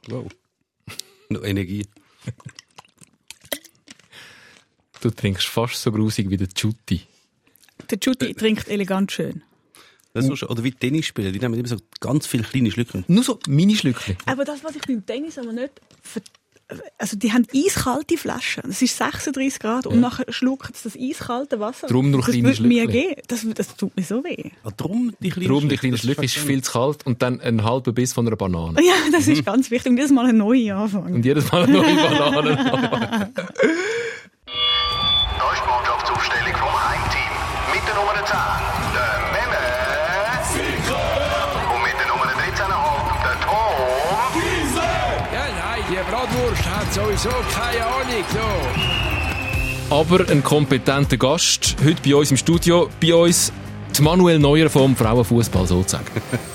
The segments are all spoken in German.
Wow. Noch Energie. Du trinkst fast so grusig wie der Giutti. Der Giutti trinkt elegant schön. Das ist oder wie Tennis spielen, die nehmen immer so ganz viele kleine Schlückchen. Nur so Mini-Schlückchen. Aber das, was ich beim Tennis aber nicht... Also die haben eiskalte Flaschen. Es ist 36 Grad und nachher schlucken sie das eiskalte Wasser. Drum nur kleine Das würde mir Schlückchen. geben. Das tut mir so weh. Drum die kleinen Schlückchen ist viel zu kalt und dann ein halber Biss von einer Banane. Ja, das ist ganz wichtig. Und jedes Mal eine neue anfangen. Und jedes Mal eine neue Banane. Da ist die Mannschaftsaufstellung vom Heimteam. Mit der Nummer 10, der Memme. Und mit der Nummer 13,5, der Tom. Ja, nein, die Bratwurst hat sowieso keine Ahnung. So. Aber ein kompetenter Gast, heute bei uns im Studio, bei uns die Manuel Neuer vom Frauenfußball sozusagen.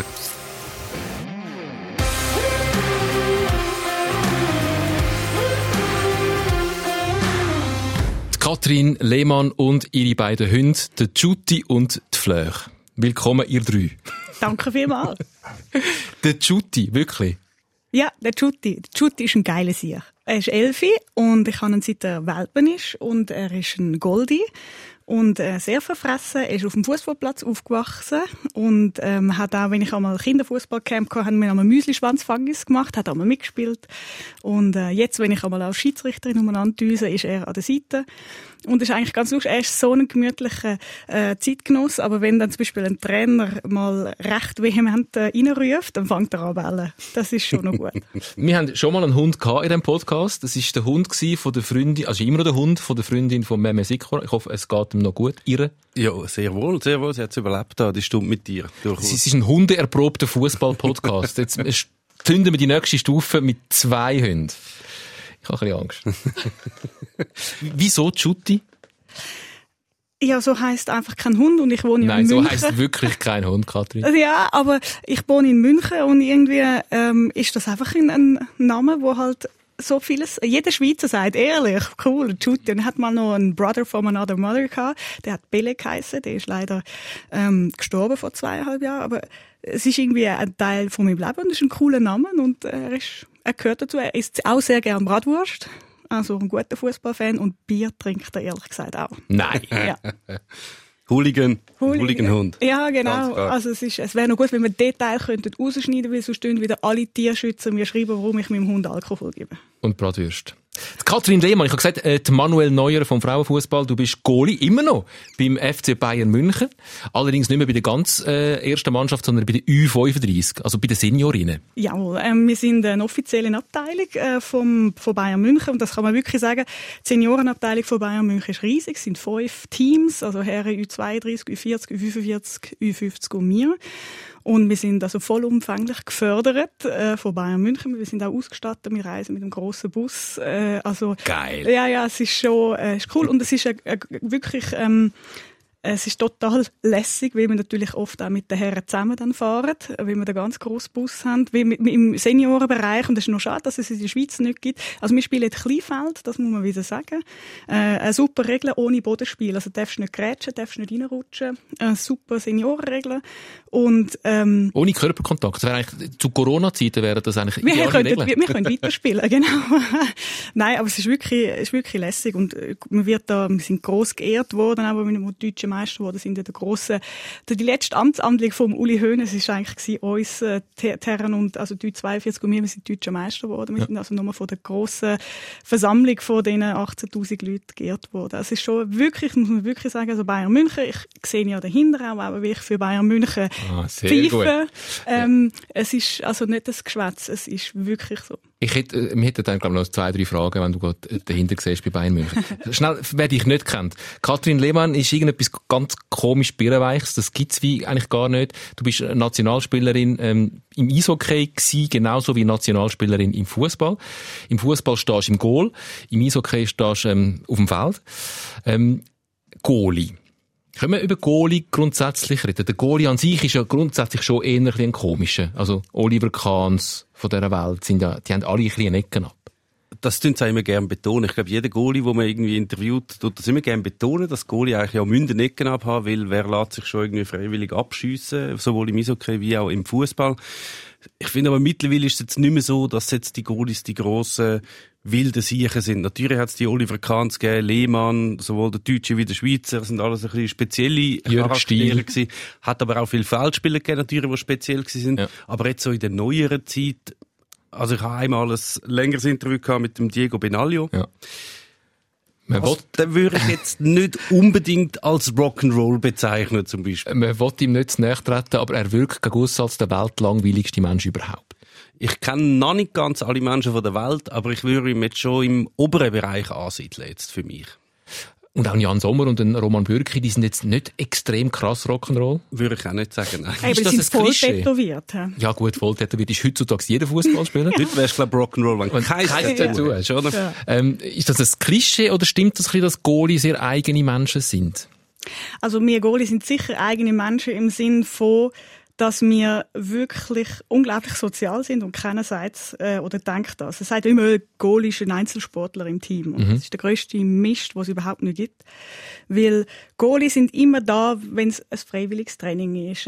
Die Katrin Lehmann und ihre beiden Hunde, der Giutti und die Fleur. Willkommen, ihr drei. Danke vielmals. Der Giutti, wirklich? Ja, der Giutti. Der Giutti ist ein geiler Sieg. Er ist 11 und ich habe ihn seit er Welpen ist und er ist ein Goldie und sehr verfressen. Er ist auf dem Fußballplatz aufgewachsen und hat auch, wenn ich einmal Kinderfußballcamp hatte, haben wir einmal Müsli-Schwanzfangis gemacht, hat einmal mitgespielt und jetzt, wenn ich einmal als Schiedsrichterin umeinander düse, ist er an der Seite. Und das ist eigentlich ganz lustig. Er ist so ein gemütlicher Zeitgenoss, aber wenn dann zum Beispiel ein Trainer mal recht vehement reinruft, dann fängt er an zu bellen. Das ist schon noch gut. Wir haben schon mal einen Hund gehabt in diesem Podcast. Das war der Hund von der Freundin, also immer noch der Hund von der Freundin von Meme Sikora. Ich hoffe, es geht ihm noch gut. Ihre? Ja, sehr wohl, sehr wohl. Sie hat es überlebt, die Stunde mit dir. Es ist ein hundeerprobter Fußball-Podcast. Jetzt zünden wir die nächste Stufe mit 2 Hunden. Ich habe ein bisschen Angst. Wieso Giutti? Ja, so heisst einfach kein Hund und ich wohne in München. Nein, so heisst wirklich kein Hund, Katrin. Ja, aber ich wohne in München und irgendwie ist das einfach ein Name, wo halt so vieles... Jeder Schweizer sagt, ehrlich, cool, Giutti. Und er hat mal noch einen Brother from another mother gehabt, der hat Bele geheissen, der ist leider gestorben vor 2,5 Jahren, aber es ist irgendwie ein Teil von meinem Leben und es ist ein cooler Name und er gehört dazu. Er isst auch sehr gern Bratwurst. Also ein guter Fußballfan und Bier trinkt er ehrlich gesagt auch. Nein. Ja. Hooligan-Hund. Ja, genau. Also es wäre noch gut, wenn wir Details rausschneiden könnten, weil sonst wieder alle Tierschützer mir schreiben, warum ich meinem Hund Alkohol gebe. Und Bratwürst. Die Katrin Lehmann, ich habe gesagt, die Manuel Neuer vom Frauenfußball, du bist Goalie, immer noch beim FC Bayern München. Allerdings nicht mehr bei der ganz ersten Mannschaft, sondern bei der U35, also bei den Seniorinnen. Jawohl, wir sind eine offizielle Abteilung von Bayern München und das kann man wirklich sagen. Die Seniorenabteilung von Bayern München ist riesig, es sind 5 Teams, also Herren U32, U40, U45, U50 und wir. Und wir sind also vollumfänglich gefördert von Bayern München. Wir sind auch ausgestattet, wir reisen mit einem grossen Bus. Also geil. Ja, es ist schon ist cool und es ist wirklich es ist total lässig, weil wir natürlich oft auch mit den Herren zusammen dann fahren, weil wir den ganz grossen Bus haben, wie im Seniorenbereich, und es ist noch schade, dass es in der Schweiz nicht gibt. Also wir spielen Kleinfeld, das muss man wieder sagen. Eine super Regel ohne Bodenspiel, also darfst nicht grätschen, darfst nicht reinrutschen. Super Seniorenregeln. Und ohne Körperkontakt. Das wäre eigentlich, zu Corona-Zeiten wäre das eigentlich wir können weiterspielen, genau. Nein, aber es ist wirklich lässig und wir sind gross geehrt worden, aber wenn wir deutsche Meister geworden sind, die letzte Amtshandlung vom Uli Hoeneß ist eigentlich uns die Herren und also die 42 und wir sind deutsche Meister geworden. Wir sind also nur von der grossen Versammlung von diesen 18.000 Leuten geehrt worden. Es ist schon wirklich, muss man wirklich sagen, also Bayern München, ich sehe ja dahinter auch, aber wie ich für Bayern München pfeife. Es ist also nicht das Geschwätz, es ist wirklich so. Wir hätten dann, glaube ich, noch 2, 3 Fragen, wenn du gerade dahinter siehst bei Bayern München. Schnell, wer dich nicht kennt. Katrin Lehmann ist irgendetwas ganz komisch Birrenweichs. Das gibt's wie eigentlich gar nicht. Du bist Nationalspielerin im Eishockey gewesen, genauso wie Nationalspielerin im Fußball. Im Fußball stehst du im Goal, im Eishockey stehst du auf dem Feld. Goalie. Können wir über Goalie grundsätzlich reden? Der Goalie an sich ist ja grundsätzlich schon eher ein komischer. Also Oliver Kahns von dieser Welt die haben alle ein bisschen eine Ecken ab. Das tun sie immer gerne betonen. Ich glaube, jeder Goalie, den man irgendwie interviewt, tut das immer gerne betonen, dass Goalie eigentlich ja münden Ecken abhaben, weil wer lässt sich schon irgendwie freiwillig abschiessen, sowohl im Eishockey wie auch im Fußball. Ich finde aber mittlerweile ist es jetzt nicht mehr so, dass jetzt die Goalies die grossen wilden Siechen sind. Natürlich hat es die Oliver Kahns gegeben, Lehmann, sowohl der Deutsche wie der Schweizer, sind alles ein bisschen spezielle Charaktere gewesen. Hat aber auch viele Feldspieler gegeben, natürlich, die speziell gewesen sind. Ja. Aber jetzt so in der neueren Zeit, also ich habe einmal ein längeres Interview gehabt mit dem Diego Benaglio. Ja. Den würde ich jetzt nicht unbedingt als Rock'n'Roll bezeichnen, zum Beispiel. Man will ihm nicht zu nahe treten, aber er wirkt gegen uns als der weltlangweiligste Mensch überhaupt. Ich kenne noch nicht ganz alle Menschen von der Welt, aber ich würde ihn jetzt schon im oberen Bereich ansiedeln, jetzt für mich. Und auch Jan Sommer und Roman Bürki, die sind jetzt nicht extrem krass Rock'n'Roll? Würde ich auch nicht sagen, nein. Hey, aber die sind voll tätowiert. Ja gut, voll tätowiert ist heutzutage jeder Fußballspieler. Heute wär's, glaube ich, Rock'n'Roll, wenn kein Tattoo hast, oder? Ja. Ist das ein Klischee oder stimmt das, dass Goalie sehr eigene Menschen sind? Also wir Goalie sind sicher eigene Menschen im Sinn von, dass wir wirklich unglaublich sozial sind und keiner sagt oder denkt das. Es sagt immer, Goalie ist ein Einzelsportler im Team. Und das ist der grösste Mist, den es überhaupt nicht gibt. Weil Goalie sind immer da, wenn es ein freiwilliges Training ist.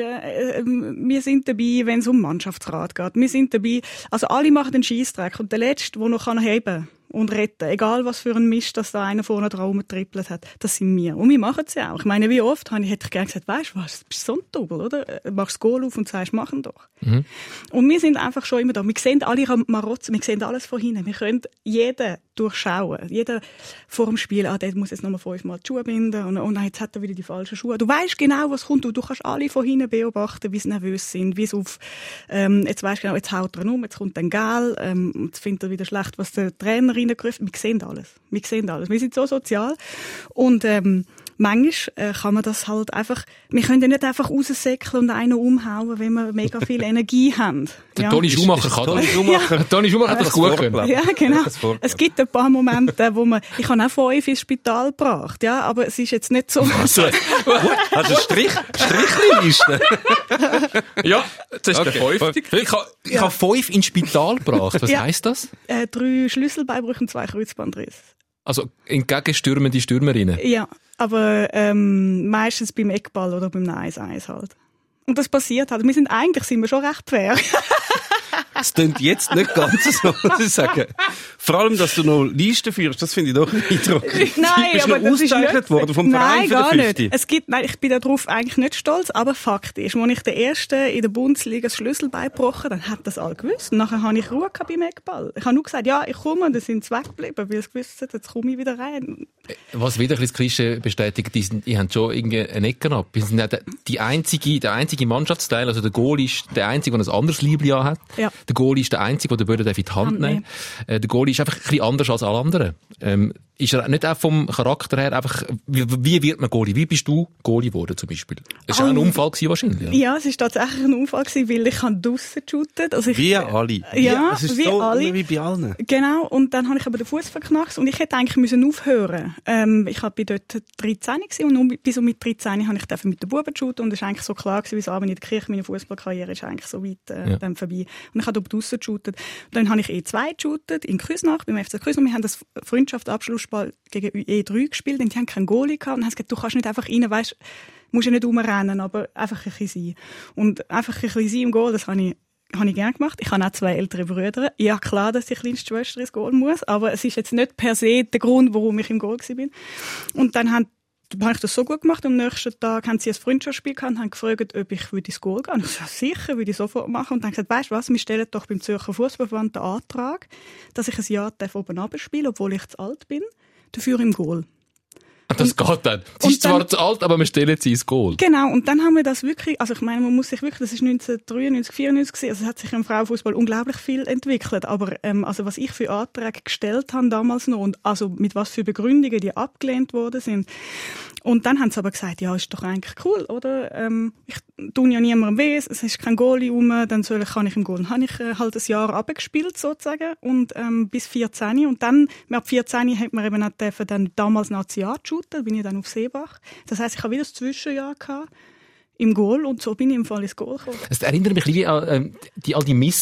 Wir sind dabei, wenn es um Mannschaftsrat geht. Wir sind dabei, also alle machen den Scheissdreck. Und der Letzte, der noch heben kann und retten, egal was für ein Mist, dass da einer vorne dran rumgetrippelt hat, das sind wir. Und wir machen es ja auch. Ich meine, wie oft hätte ich gerne gesagt, weisst du was, du bist so ein Double, oder? Machst das Goal auf und sagst, mach ihn doch. Mhm. Und wir sind einfach schon immer da. Wir sehen alle Marotzen, wir sehen alles von hinten. Wir können jeden durchschauen. Jeder vor dem Spiel, der muss jetzt nochmal 5-mal die Schuhe binden und jetzt hat er wieder die falschen Schuhe. Du weißt genau, was kommt. Du kannst alle von hinten beobachten, wie sie nervös sind, wie es auf, jetzt weisst du genau, jetzt haut er um, jetzt kommt ein Gel, jetzt findet er wieder schlecht, was der Trainer reingerufen. Wir sehen alles. Wir sind so sozial. Und, manchmal kann man das halt einfach, wir können ja nicht einfach raussäckeln und einen umhauen, wenn wir mega viel Energie haben. Der Toni Schumacher kann das. Toni Schumacher hat das gut können. Ja, genau. Es gibt ein paar Momente, wo ich habe auch 5 ins Spital gebracht, ja, aber es ist jetzt nicht so. Hast du eine Strichliste? Ja, das ist der 5. Ich habe 5 ins Spital gebracht. Was heisst das? 3 Schlüsselbeinbrüche und 2 Kreuzbandrisse. Also entgegen stürmende Stürmerinnen? Ja, aber meistens beim Eckball oder beim 1-1 halt. Und das passiert halt. Eigentlich sind wir schon recht fair. Das klingt jetzt nicht ganz so, muss ich sagen. Vor allem, dass du noch Listen führst, das finde ich doch eindrucklich. Nein, bist aber noch ausgezeichnet worden vom Verein für gar den 50. nicht. Ich bin darauf eigentlich nicht stolz, aber Fakt ist, als ich der Erste in der Bundesliga das Schlüsselbein gebrochen, dann hat das alle gewusst. Und nachher habe ich Ruhe beim Eckball. Ich habe nur gesagt, ja, ich komme, und dann sind sie weggeblieben, weil sie gewusst haben, jetzt komme ich wieder rein. Was wieder ein bisschen das Klischee bestätigt, die haben schon irgendwie eine Ecke ab. Die sind der einzige Mannschaftsteil, also der Goalie ist der einzige, der ein anderes Liebling hat. Ja. Der Goalie ist der einzige, der den Böden in die Hand nehmen darf. Der Goalie ist einfach ein bisschen anders als alle anderen. Ist er nicht auch vom Charakter her einfach, wie wird man Goalie? Wie bist du Goalie geworden zum Beispiel? Es war auch ein Unfall gewesen, wahrscheinlich. Ja, es war tatsächlich ein Unfall gewesen, weil ich draussen geshootet. Also wie alle. Ja, es ist wie so alle. Wie bei allen. Genau. Und dann habe ich aber den Fuß verknackst und ich hätte eigentlich müssen aufhören. Ich war dort 13 gewesen und nur bis mit 13 habe ich mit den Buben shooten und es war eigentlich so klar gewesen, wie es in der Kirche, meine Fußballkarriere ist eigentlich so weit dann vorbei. Und ich habe dort draussen geshootet. Und dann habe ich E2 geshootet in Küsnach, beim FC Küsnach. Wir haben das Freundschaftsabschlussspiel gegen E3 gespielt und die haben keinen Goalie gehabt und haben gesagt, du kannst nicht einfach rein, weisst, musst ja nicht rumrennen, aber einfach ein bisschen sein. Und einfach ein bisschen sein im Goal, das habe ich gerne gemacht. Ich habe auch 2 ältere Brüder. Ja, klar, dass die kleinste Schwester ins Goal muss, aber es ist jetzt nicht per se der Grund, warum ich im Goal war. Und dann habe ich das so gut gemacht. Am nächsten Tag haben sie ein Freundschaftsspiel gehabt und haben gefragt, ob ich ins Goal gehen würde. Ich sagte, sicher, würde ich sofort machen. Und dann gesagt, weisst du was, wir stellen doch beim Zürcher Fußballverband den Antrag, dass ich ein Jahr oben runterspiele, obwohl ich zu alt bin, dafür im Goal. Das geht dann. Sie ist zwar zu alt, aber wir stellen sie ins Goal. Genau, und dann haben wir das wirklich, also ich meine, man muss sich wirklich, das ist 1993, 94 gewesen, also es hat sich im Frauenfußball unglaublich viel entwickelt, aber also was ich für Anträge gestellt habe damals noch und also mit was für Begründungen die abgelehnt worden sind. Und dann haben sie aber gesagt, ja, ist doch eigentlich cool, oder? Ich tue ja niemandem weh, es ist kein Goalie rum, dann kann ich im Goal. Dann habe ich halt ein Jahr runtergespielt, sozusagen, und bis 14. Und dann, ab 14 hat man eben auch dann damals National shooten, bin ich dann auf Seebach. Das heisst, ich habe wieder ein Zwischenjahr gehabt im Goal und so bin ich im Fall ins Goal gekommen. Es erinnert mich ein bisschen an all die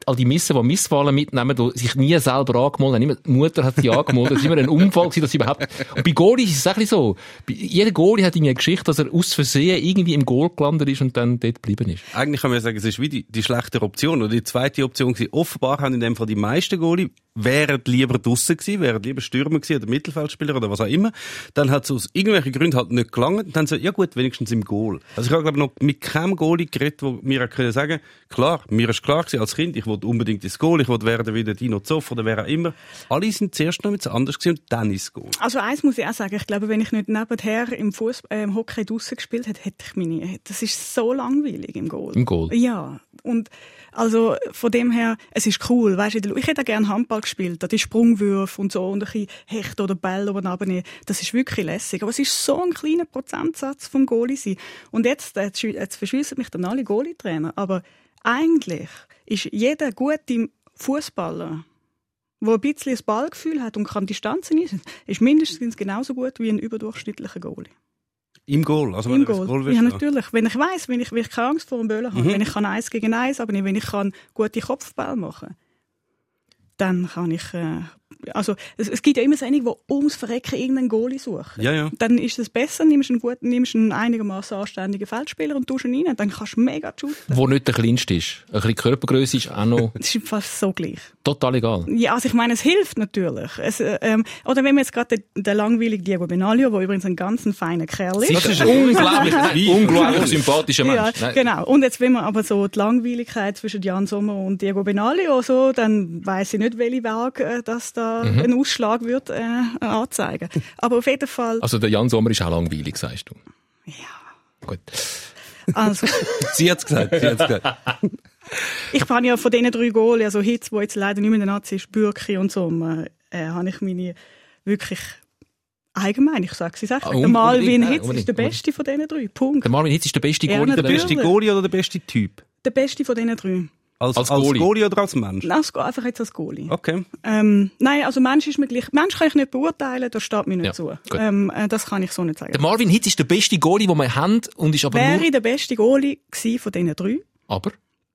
all die Missen, die Misswahlen mitnehmen, die sich nie selber angemeldet haben. Immer die Mutter hat sie angemeldet. Das war immer ein Unfall gewesen, dass sie überhaupt... Und bei Goalies ist es eigentlich so. Jeder Goalie hat eine Geschichte, dass er aus Versehen irgendwie im Goal gelandet ist und dann dort geblieben ist. Eigentlich kann man sagen, es ist wie die schlechtere Option oder die zweite Option gewesen. Offenbar haben in dem Fall die meisten Goalie wären lieber draussen gewesen, wären lieber Stürmer gewesen oder Mittelfeldspieler oder was auch immer. Dann hat es aus irgendwelchen Gründen halt nicht gelangt. Und dann so, ja gut, wenigstens im Goal. Also ich habe, glaube ich, noch mit keinem Goalie geredet, wo mir können sagen, klar, mir ist klar gewesen als Kind, ich wollte unbedingt ins Goal, ich wollte werden wie der Dino Zoff oder wer auch immer. Alle sind zuerst noch mit so anders gewesen und dann ins Goal. Also eins muss ich auch sagen, ich glaube, wenn ich nicht nebenher im Hockey draussen gespielt hätte, hätte ich meine, das ist so langweilig im Goal. Im Goal? Ja. Und also von dem her, es ist cool. Weißt du, ich hätte gerne Handball gespielt, die Sprungwürfe und so und ein bisschen Hecht oder Bälle oben runternehmen. Das ist wirklich lässig. Aber es ist so ein kleiner Prozentsatz vom Goalie sein. Und jetzt verschiessen mich dann alle Goalie-Trainer. Aber eigentlich ist jeder gute Fußballer, der ein bisschen ein Ballgefühl hat und kann Distanzen einsetzen, ist mindestens genauso gut wie ein überdurchschnittlicher Goalie. Im Goal? Also im Goal. Ja, natürlich. Wenn ich weiss, wenn ich keine Angst vor dem Böllen habe, wenn ich 1 gegen 1 abnehmen, wenn ich gute Kopfball machen kann, dann kann ich... Also es gibt ja immer solche, die ums Verrecken irgendeinen Goalie suchen. Ja, ja. Dann ist es besser, nimmst einen einigermaßen anständigen Feldspieler und tust ihn rein. Dann kannst du mega shooten. Wo nicht der kleinste ist. Ein bisschen Körpergröße ist auch noch... Das ist fast so gleich. Total egal. Ja, also ich meine, es hilft natürlich. Oder wenn wir jetzt gerade den langweiligen Diego Benaglio, der übrigens ein ganz feiner Kerl ist. Das ist ein unglaublich sympathischer Mensch. Ja, genau. Und jetzt, wenn man aber so die Langweiligkeit zwischen Jan Sommer und Diego Benaglio so, dann weiss ich nicht, welche Weg das da einen Ausschlag wird anzeigen. Aber auf jeden Fall... Also der Jan Sommer ist auch langweilig, sagst du? Ja. Gut. Also. Sie hat's gesagt. Ich habe ja von diesen 3 Goals, also Hitz, wo jetzt leider nicht mehr in der Nazi ist, Bürki und so, habe ich meine wirklich allgemein, ich sage es echt. Der Marvin Hitz ist der Beste von diesen 3. Punkt. Der Marvin Hitz ist der beste Goalie. Der beste Goalie oder der beste Typ? Der beste von diesen 3. Als Goalie oder als Mensch? Einfach jetzt als Goalie. Okay. Nein, also Mensch ist mir gleich. Mensch kann ich nicht beurteilen, das steht mir nicht zu. Das kann ich so nicht sagen. Der Marvin Hitz ist der beste Goalie, den wir haben und ist aber Wäre der beste Goalie gewesen von diesen 3. Aber?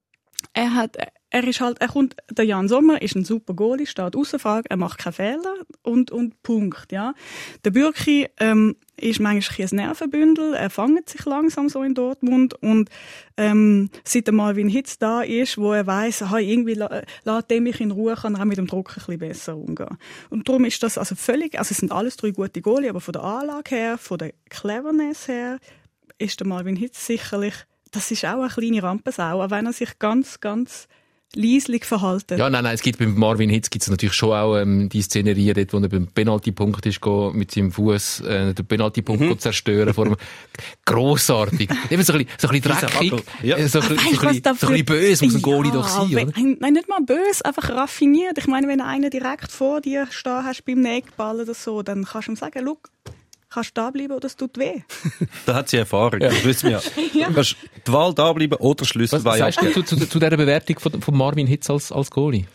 Der Jan Sommer ist ein super Goalie, steht ausser Frage, er macht keine Fehler und Punkt, ja. Der Bürki, ist manchmal ein Nervenbündel, er fängt sich langsam so in Dortmund und, seit der Marvin Hitz da ist, wo er weiss, irgendwie lässt der mich in Ruhe, kann er auch mit dem Druck ein bisschen besser umgehen. Und darum ist das also völlig, also es sind alles 3 gute Goalie, aber von der Anlage her, von der Cleverness her, ist der Marvin Hitz sicherlich, das ist auch eine kleine Rampensau, auch wenn er sich ganz, ganz leislich verhalten. Ja, nein, es gibt beim Marvin Hitz gibt's natürlich schon auch die Szenerie, dort, wo er beim Penaltypunkt ist, mit seinem Fuß den Penaltypunkt zerstören vor dem grossartig. Eben so ein bisschen dreckig, so ein bisschen böse muss ein Goalie doch sein, oder? Nein, nicht mal böse, einfach raffiniert. Ich meine, wenn einer direkt vor dir stehen hast beim Neckball oder so, dann kannst du ihm sagen, schau, kannst du da bleiben oder es tut weh. Da hat sie Erfahrung, das wissen wir ja. Du kannst die Wahl da bleiben oder Schlüssel. Was sagst du zu dieser Bewertung von Marvin Hitz als Goalie?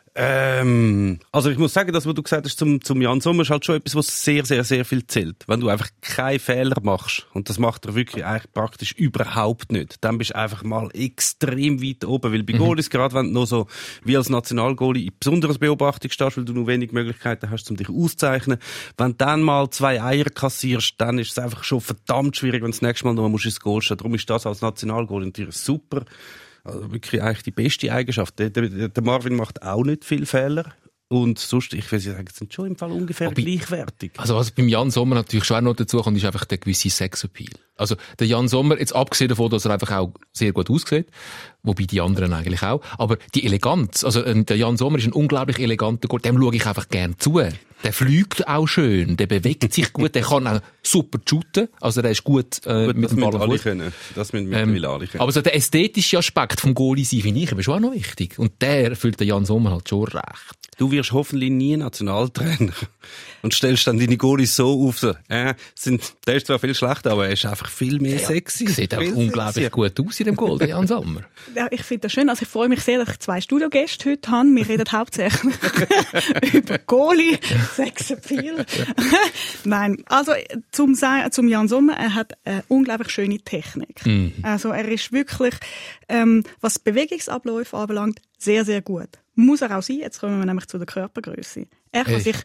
Also ich muss sagen, das, was du gesagt hast zum Jan Sommer, ist halt schon etwas, was sehr, sehr, sehr viel zählt. Wenn du einfach keine Fehler machst, und das macht er wirklich eigentlich praktisch überhaupt nicht, dann bist du einfach mal extrem weit oben, weil bei Goalies, gerade wenn du noch so wie als Nationalgoalie in besonderes Beobachtung stehst, weil du nur wenig Möglichkeiten hast, um dich auszuzeichnen, wenn du dann mal 2 Eier kassierst, dann ist es einfach schon verdammt schwierig, wenn du das nächste Mal noch mal ins Goal stehen. Darum ist das als Nationalgoalie natürlich super. Also wirklich eigentlich die beste Eigenschaft. Der Marvin macht auch nicht viele Fehler. Und sonst, ich würde sagen, sind schon im Fall ungefähr gleichwertig. Also was beim Jan Sommer natürlich schon noch dazu kommt, ist einfach der gewisse Sexappeal. Also der Jan Sommer, jetzt abgesehen davon, dass er einfach auch sehr gut aussieht, wobei die anderen eigentlich auch, aber die Eleganz, also der Jan Sommer ist ein unglaublich eleganter Goal, dem schaue ich einfach gern zu. Der fliegt auch schön, der bewegt sich gut, der kann auch super shooten, also der ist gut mit dem Ball am Fuß. Das müssen mittlerweile alle können. Aber so der ästhetische Aspekt vom Goalie sein, finde ich, aber schon auch noch wichtig. Und der erfüllt der Jan Sommer halt schon recht. Du wirst hoffentlich nie Nationaltrainer und stellst dann deine Goalies so auf, so, der ist zwar viel schlechter, aber er ist einfach viel mehr sexy. Sieht auch unglaublich gut aus in dem Goal, der Jan Sommer. Ja, ich finde das schön. Also ich freue mich sehr, dass ich 2 Studiogäste heute habe. Wir reden hauptsächlich über Goalie, Sexappeal. Nein, also zum Jan Sommer, er hat eine unglaublich schöne Technik. Also er ist wirklich, was Bewegungsabläufe anbelangt, sehr, sehr gut. Muss er auch sein. Jetzt kommen wir nämlich zu der Körpergröße. Er kann sich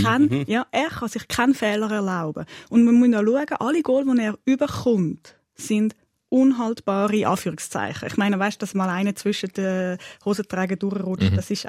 keinen Fehler erlauben. Und man muss auch schauen, alle Goal, die er überkommt, sind unhaltbare Anführungszeichen. Ich meine, weißt du, dass mal einer zwischen den Hosenträgern durchrutscht,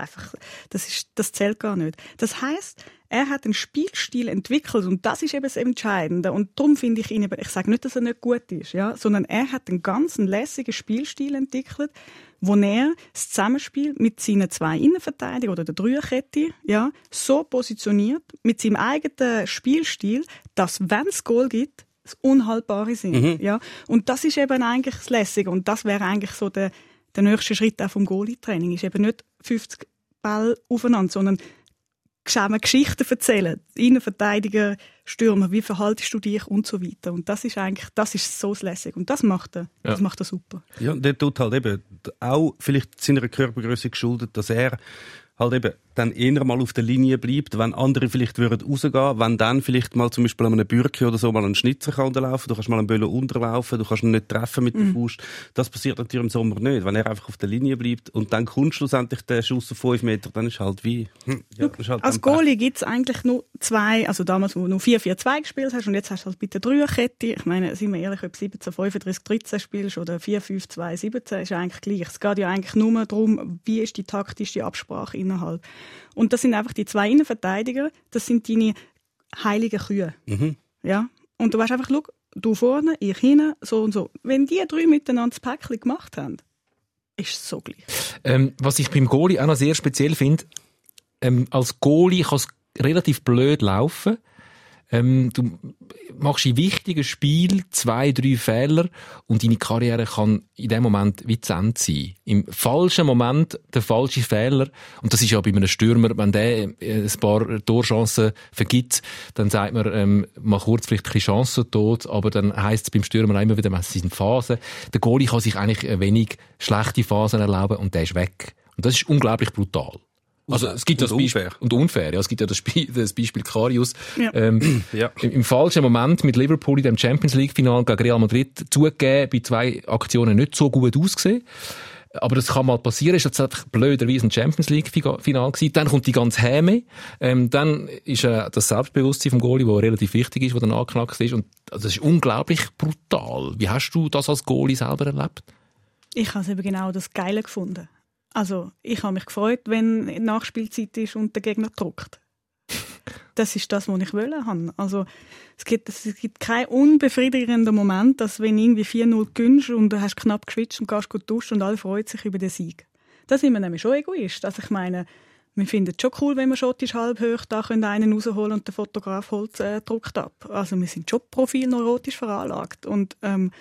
das zählt gar nicht. Das heisst, er hat einen Spielstil entwickelt und das ist eben das Entscheidende. Und darum finde ich ihn eben, ich sage nicht, dass er nicht gut ist, ja, sondern er hat einen ganz lässigen Spielstil entwickelt, wo er das Zusammenspiel mit seinen 2 Innenverteidigern oder der Dreierkette, ja, so positioniert, mit seinem eigenen Spielstil, dass, wenn es Goal gibt, das Unhaltbare sind. Ja. Und das ist eben eigentlich das Lässige. Und das wäre eigentlich so der nächste Schritt auch vom Goalie-Training. Ist eben nicht 50 Bälle aufeinander, sondern Geschichten erzählen. Innenverteidiger, Stürmer, wie verhaltest du dich und so weiter. Und das ist so lässig. Und das macht er super. Ja, der tut halt eben auch vielleicht seiner Körpergröße geschuldet, dass er halt eben dann eher mal auf der Linie bleibt, wenn andere vielleicht würden rausgehen, wenn dann vielleicht mal zum Beispiel an einem Bürki oder so mal einen Schnitzer kann unterlaufen, du kannst mal einen Böllen unterlaufen, du kannst ihn nicht treffen mit der Faust. Das passiert natürlich im Sommer nicht. Wenn er einfach auf der Linie bleibt und dann kommt schlussendlich der Schuss auf 5 Meter, dann ist halt wie... ist halt als Goalie gibt es eigentlich nur 2, also damals, wo du nur 4-4-2 gespielt hast und jetzt hast du halt bitte 3-Kette. Ich meine, sind wir ehrlich, ob 17-35-13 spielst oder 4-5-2-17, ist eigentlich gleich. Es geht ja eigentlich nur darum, wie ist die taktische Absprache innerhalb. Und das sind einfach die 2 Innenverteidiger, das sind deine heiligen Kühe. Ja? Und du weißt einfach, schau, du vorne, ich hinten, so und so. Wenn die 3 miteinander das Päckchen gemacht haben, ist es so gleich. Was ich beim Goalie auch noch sehr speziell finde, als Goalie kann es relativ blöd laufen. Du machst in wichtigen Spielen 2-3 Fehler und deine Karriere kann in dem Moment wie zu Ende sein. Im falschen Moment der falsche Fehler. Und das ist ja bei einem Stürmer, wenn der ein paar Torchancen vergibt, dann sagt man, mal kurz vielleicht ein Chancen tot, aber dann heisst es beim Stürmer auch immer wieder, es sind Phasen. Der Goalie kann sich eigentlich wenig schlechte Phasen erlauben und der ist weg. Und das ist unglaublich brutal. Also es gibt das Beispiel und unfair. Ja, es gibt ja das Beispiel Karius. Ja. Im falschen Moment mit Liverpool in dem Champions League Final gegen Real Madrid zugegeben, bei 2 Aktionen nicht so gut ausgesehen. Aber das kann mal passieren. Ist jetzt einfach blöderweise ein Champions League Final gewesen. Dann kommt die ganze Häme. Dann ist das Selbstbewusstsein vom Goalie, das relativ wichtig ist, das dann angeknackt ist. Und das ist unglaublich brutal. Wie hast du das als Goalie selber erlebt? Ich habe es eben genau das Geile gefunden. Also, ich habe mich gefreut, wenn Nachspielzeit ist und der Gegner druckt. Das ist das, was ich wollte. Also, es gibt keinen unbefriedigenden Moment, dass wenn irgendwie 4-0 gewinnst und du hast knapp geschwitzt und gehst gut duschen und alle freuen sich über den Sieg. Da sind wir nämlich schon Egoist. Also, ich meine, wir finden es schon cool, wenn wir schottisch halb hoch da einen rausholen und der Fotograf holt druckt ab. Also, wir sind schon profilneurotisch veranlagt. Und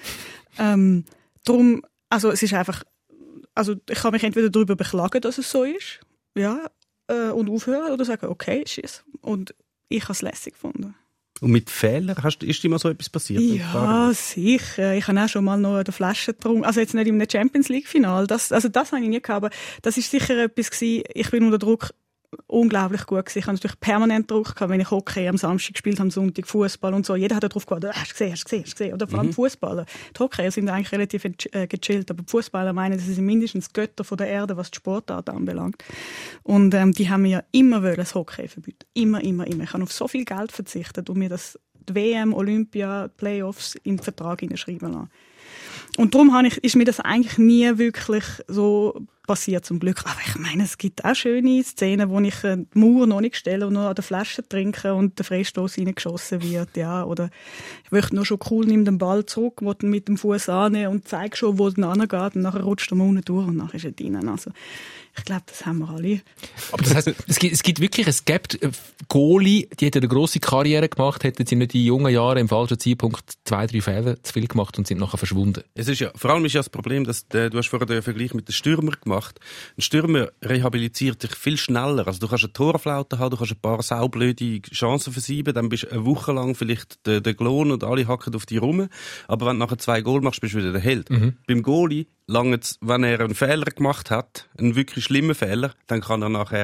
darum, also, es ist einfach... Also ich kann mich entweder darüber beklagen, dass es so ist, ja, und aufhören oder sagen, okay, tschüss. Und ich habe es lässig gefunden. Und mit Fehlern ist dir mal so etwas passiert? Ja, sicher. Ich habe auch schon mal noch eine Flasche getrunken. Also jetzt nicht im Champions League Final. Das habe ich nie gehabt. Aber das ist sicher etwas gewesen. Ich bin unter Druck unglaublich gut gewesen. Ich hatte natürlich permanent Druck gehabt, wenn ich Hockey am Samstag gespielt habe, am Sonntag Fußball und so. Jeder hat darauf gewartet, hast du gesehen. Oder vor allem Fußballer. Die Hockeyer sind eigentlich relativ gechillt, aber die Fußballer meinen, das sind mindestens Götter von der Erde, was die Sportart anbelangt. Und die haben mir ja immer das Hockey verbieten. Immer. Ich habe auf so viel Geld verzichtet und mir das die WM, Olympia, Playoffs in den Vertrag hineinschreiben lassen. Und darum ist mir das eigentlich nie wirklich so passiert, zum Glück. Aber ich meine, es gibt auch schöne Szenen, wo ich die Mauer noch nicht stelle und nur an der Flasche trinke und der Freistoß reingeschossen wird. Ja. Oder ich möchte nur schon cool, nimm den Ball zurück, will ihn mit dem Fuß annehmen und zeige schon, wo er hingeht. Und nachher rutscht er unten durch und nachher ist er drin. Also, ich glaube, das haben wir alle. Aber das heisst, es gibt Goalie, die hätten eine grosse Karriere gemacht, hätten sie nicht in jungen Jahren im falschen Zeitpunkt 2-3 Fehler zu viel gemacht und sind nachher verschwunden. Es ist ja, vor allem ist ja das Problem, dass du hast vorher den Vergleich mit den Stürmer gemacht. Ein Stürmer rehabilitiert sich viel schneller. Also du kannst eine Torflaute haben, du kannst ein paar saublöde Chancen versieben, dann bist du eine Woche lang vielleicht der Glon und alle hacken auf dich rum. Aber wenn du nachher 2 Goal machst, bist du wieder der Held. Beim Goalie langt es, wenn er einen Fehler gemacht hat, einen wirklich schlimmen Fehler, dann kann er nachher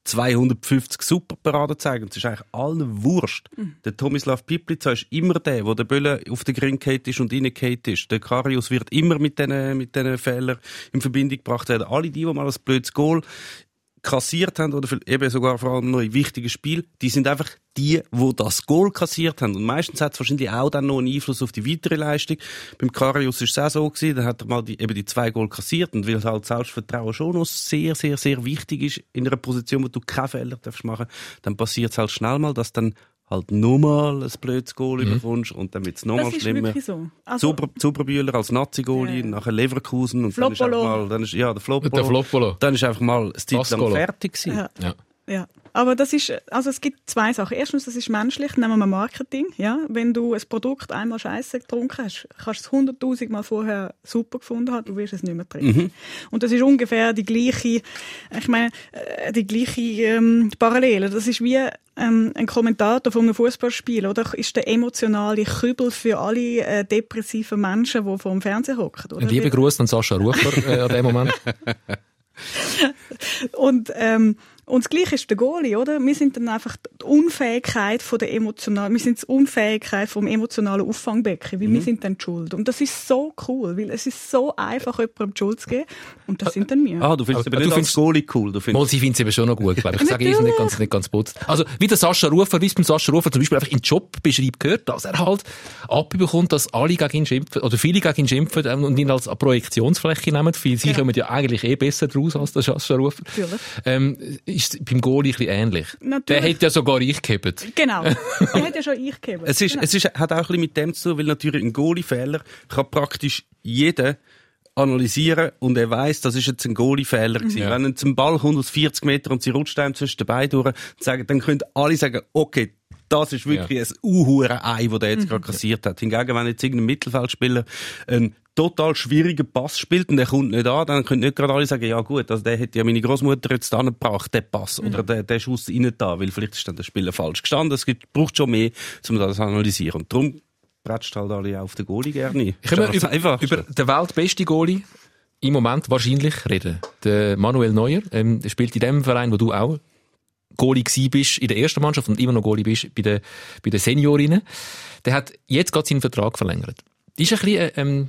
250 Superparaden zeigen. Es ist eigentlich allen wurscht. Der Tomislav Piplica ist immer der, wo der Bölle auf den Grün geht ist und reingeht ist. Der Karius wird immer mit diesen Fehlern in Verbindung gebracht werden. Alle die mal ein blödes Goal kassiert haben oder eben sogar vor allem noch in wichtigen Spielen, die sind einfach die das Goal kassiert haben. Und meistens hat es wahrscheinlich auch dann noch einen Einfluss auf die weitere Leistung. Beim Karius ist es auch so gewesen, da hat er mal die 2 Goal kassiert und weil halt Selbstvertrauen schon noch sehr, sehr, sehr wichtig ist in einer Position, wo du keine Fehler machen darfst, dann passiert es halt schnell mal, dass dann halt nochmal ein blödes Goal überkommst und dann wird es nochmal schlimmer. Das ist wirklich so. Also, Zuberbühler als Nazi-Goalie, nachher Leverkusen und Floppolo. dann ist der Floppolo. Dann ist einfach mal das Zeit lang fertig gewesen. Ja. Aber das ist, also es gibt 2 Sachen. Erstens, das ist menschlich, nehmen wir Marketing. Ja? Wenn du ein Produkt einmal Scheisse getrunken hast, kannst du es 100'000 Mal vorher super gefunden haben, du wirst es nicht mehr trinken. Und das ist ungefähr die gleiche Parallele. Das ist wie ein Kommentator von einem Fußballspiel, oder? Ist der emotionale Kübel für alle depressiven Menschen, die vor dem Fernseher hocken. Ein lieber Gruß an Sascha Rufer an dem Moment. Und das Gleiche ist der Goalie, oder? Wir sind dann einfach die Unfähigkeit vom emotionalen Auffangbecken, weil wir sind dann die Schuld. Und das ist so cool, weil es ist so einfach, jemandem die Schuld zu geben. Und das sind dann wir. Du findest aber nicht als Goalie cool. Sie findet es eben schon noch gut, glaube ich. Ich sage nicht ganz putzt. Also, wie der Sascha Rufer, wie es beim Sascha Rufer zum Beispiel einfach in Jobbeschreibung gehört, dass er halt abbekommt, dass alle gegen ihn schimpfen, oder viele gegen ihn schimpfen und ihn als Projektionsfläche nehmen. Sie kommen ja eigentlich besser draus als der Sascha Rufer. Ist beim Goalie ein bisschen ähnlich. Natürlich. Der hat ja sogar ich gehabt. Genau. Der hat ja schon ich gehabt. Es hat auch ein bisschen mit dem zu tun, weil natürlich ein Goalie-Fehler kann praktisch jeder analysieren und er weiss, das ist jetzt ein Goalie-Fehler gewesen. Wenn er zum Ball kommt aus 40 Meter und sie rutscht einem zwischen den Beinen durch, dann können alle sagen, okay, das ist wirklich ein Ei, das der jetzt gerade kassiert hat. Hingegen, wenn jetzt irgendein Mittelfeldspieler einen total schwierigen Pass spielt und der kommt nicht an, dann können nicht gerade alle sagen, ja gut, also der hätte ja meine Großmutter jetzt angebracht, der Pass, oder der Schuss rein da, weil vielleicht ist dann der Spieler falsch gestanden. Es braucht schon mehr, um das zu analysieren. Und darum prätscht halt alle auf den Goalie gerne. Können wir über den weltbesten Goalie im Moment wahrscheinlich reden. Der Manuel Neuer spielt in dem Verein, wo du auch Goalie gsi bist in der ersten Mannschaft und immer noch Goalie bist bei den Seniorinnen. Der hat jetzt gerade seinen Vertrag verlängert. Das ist ein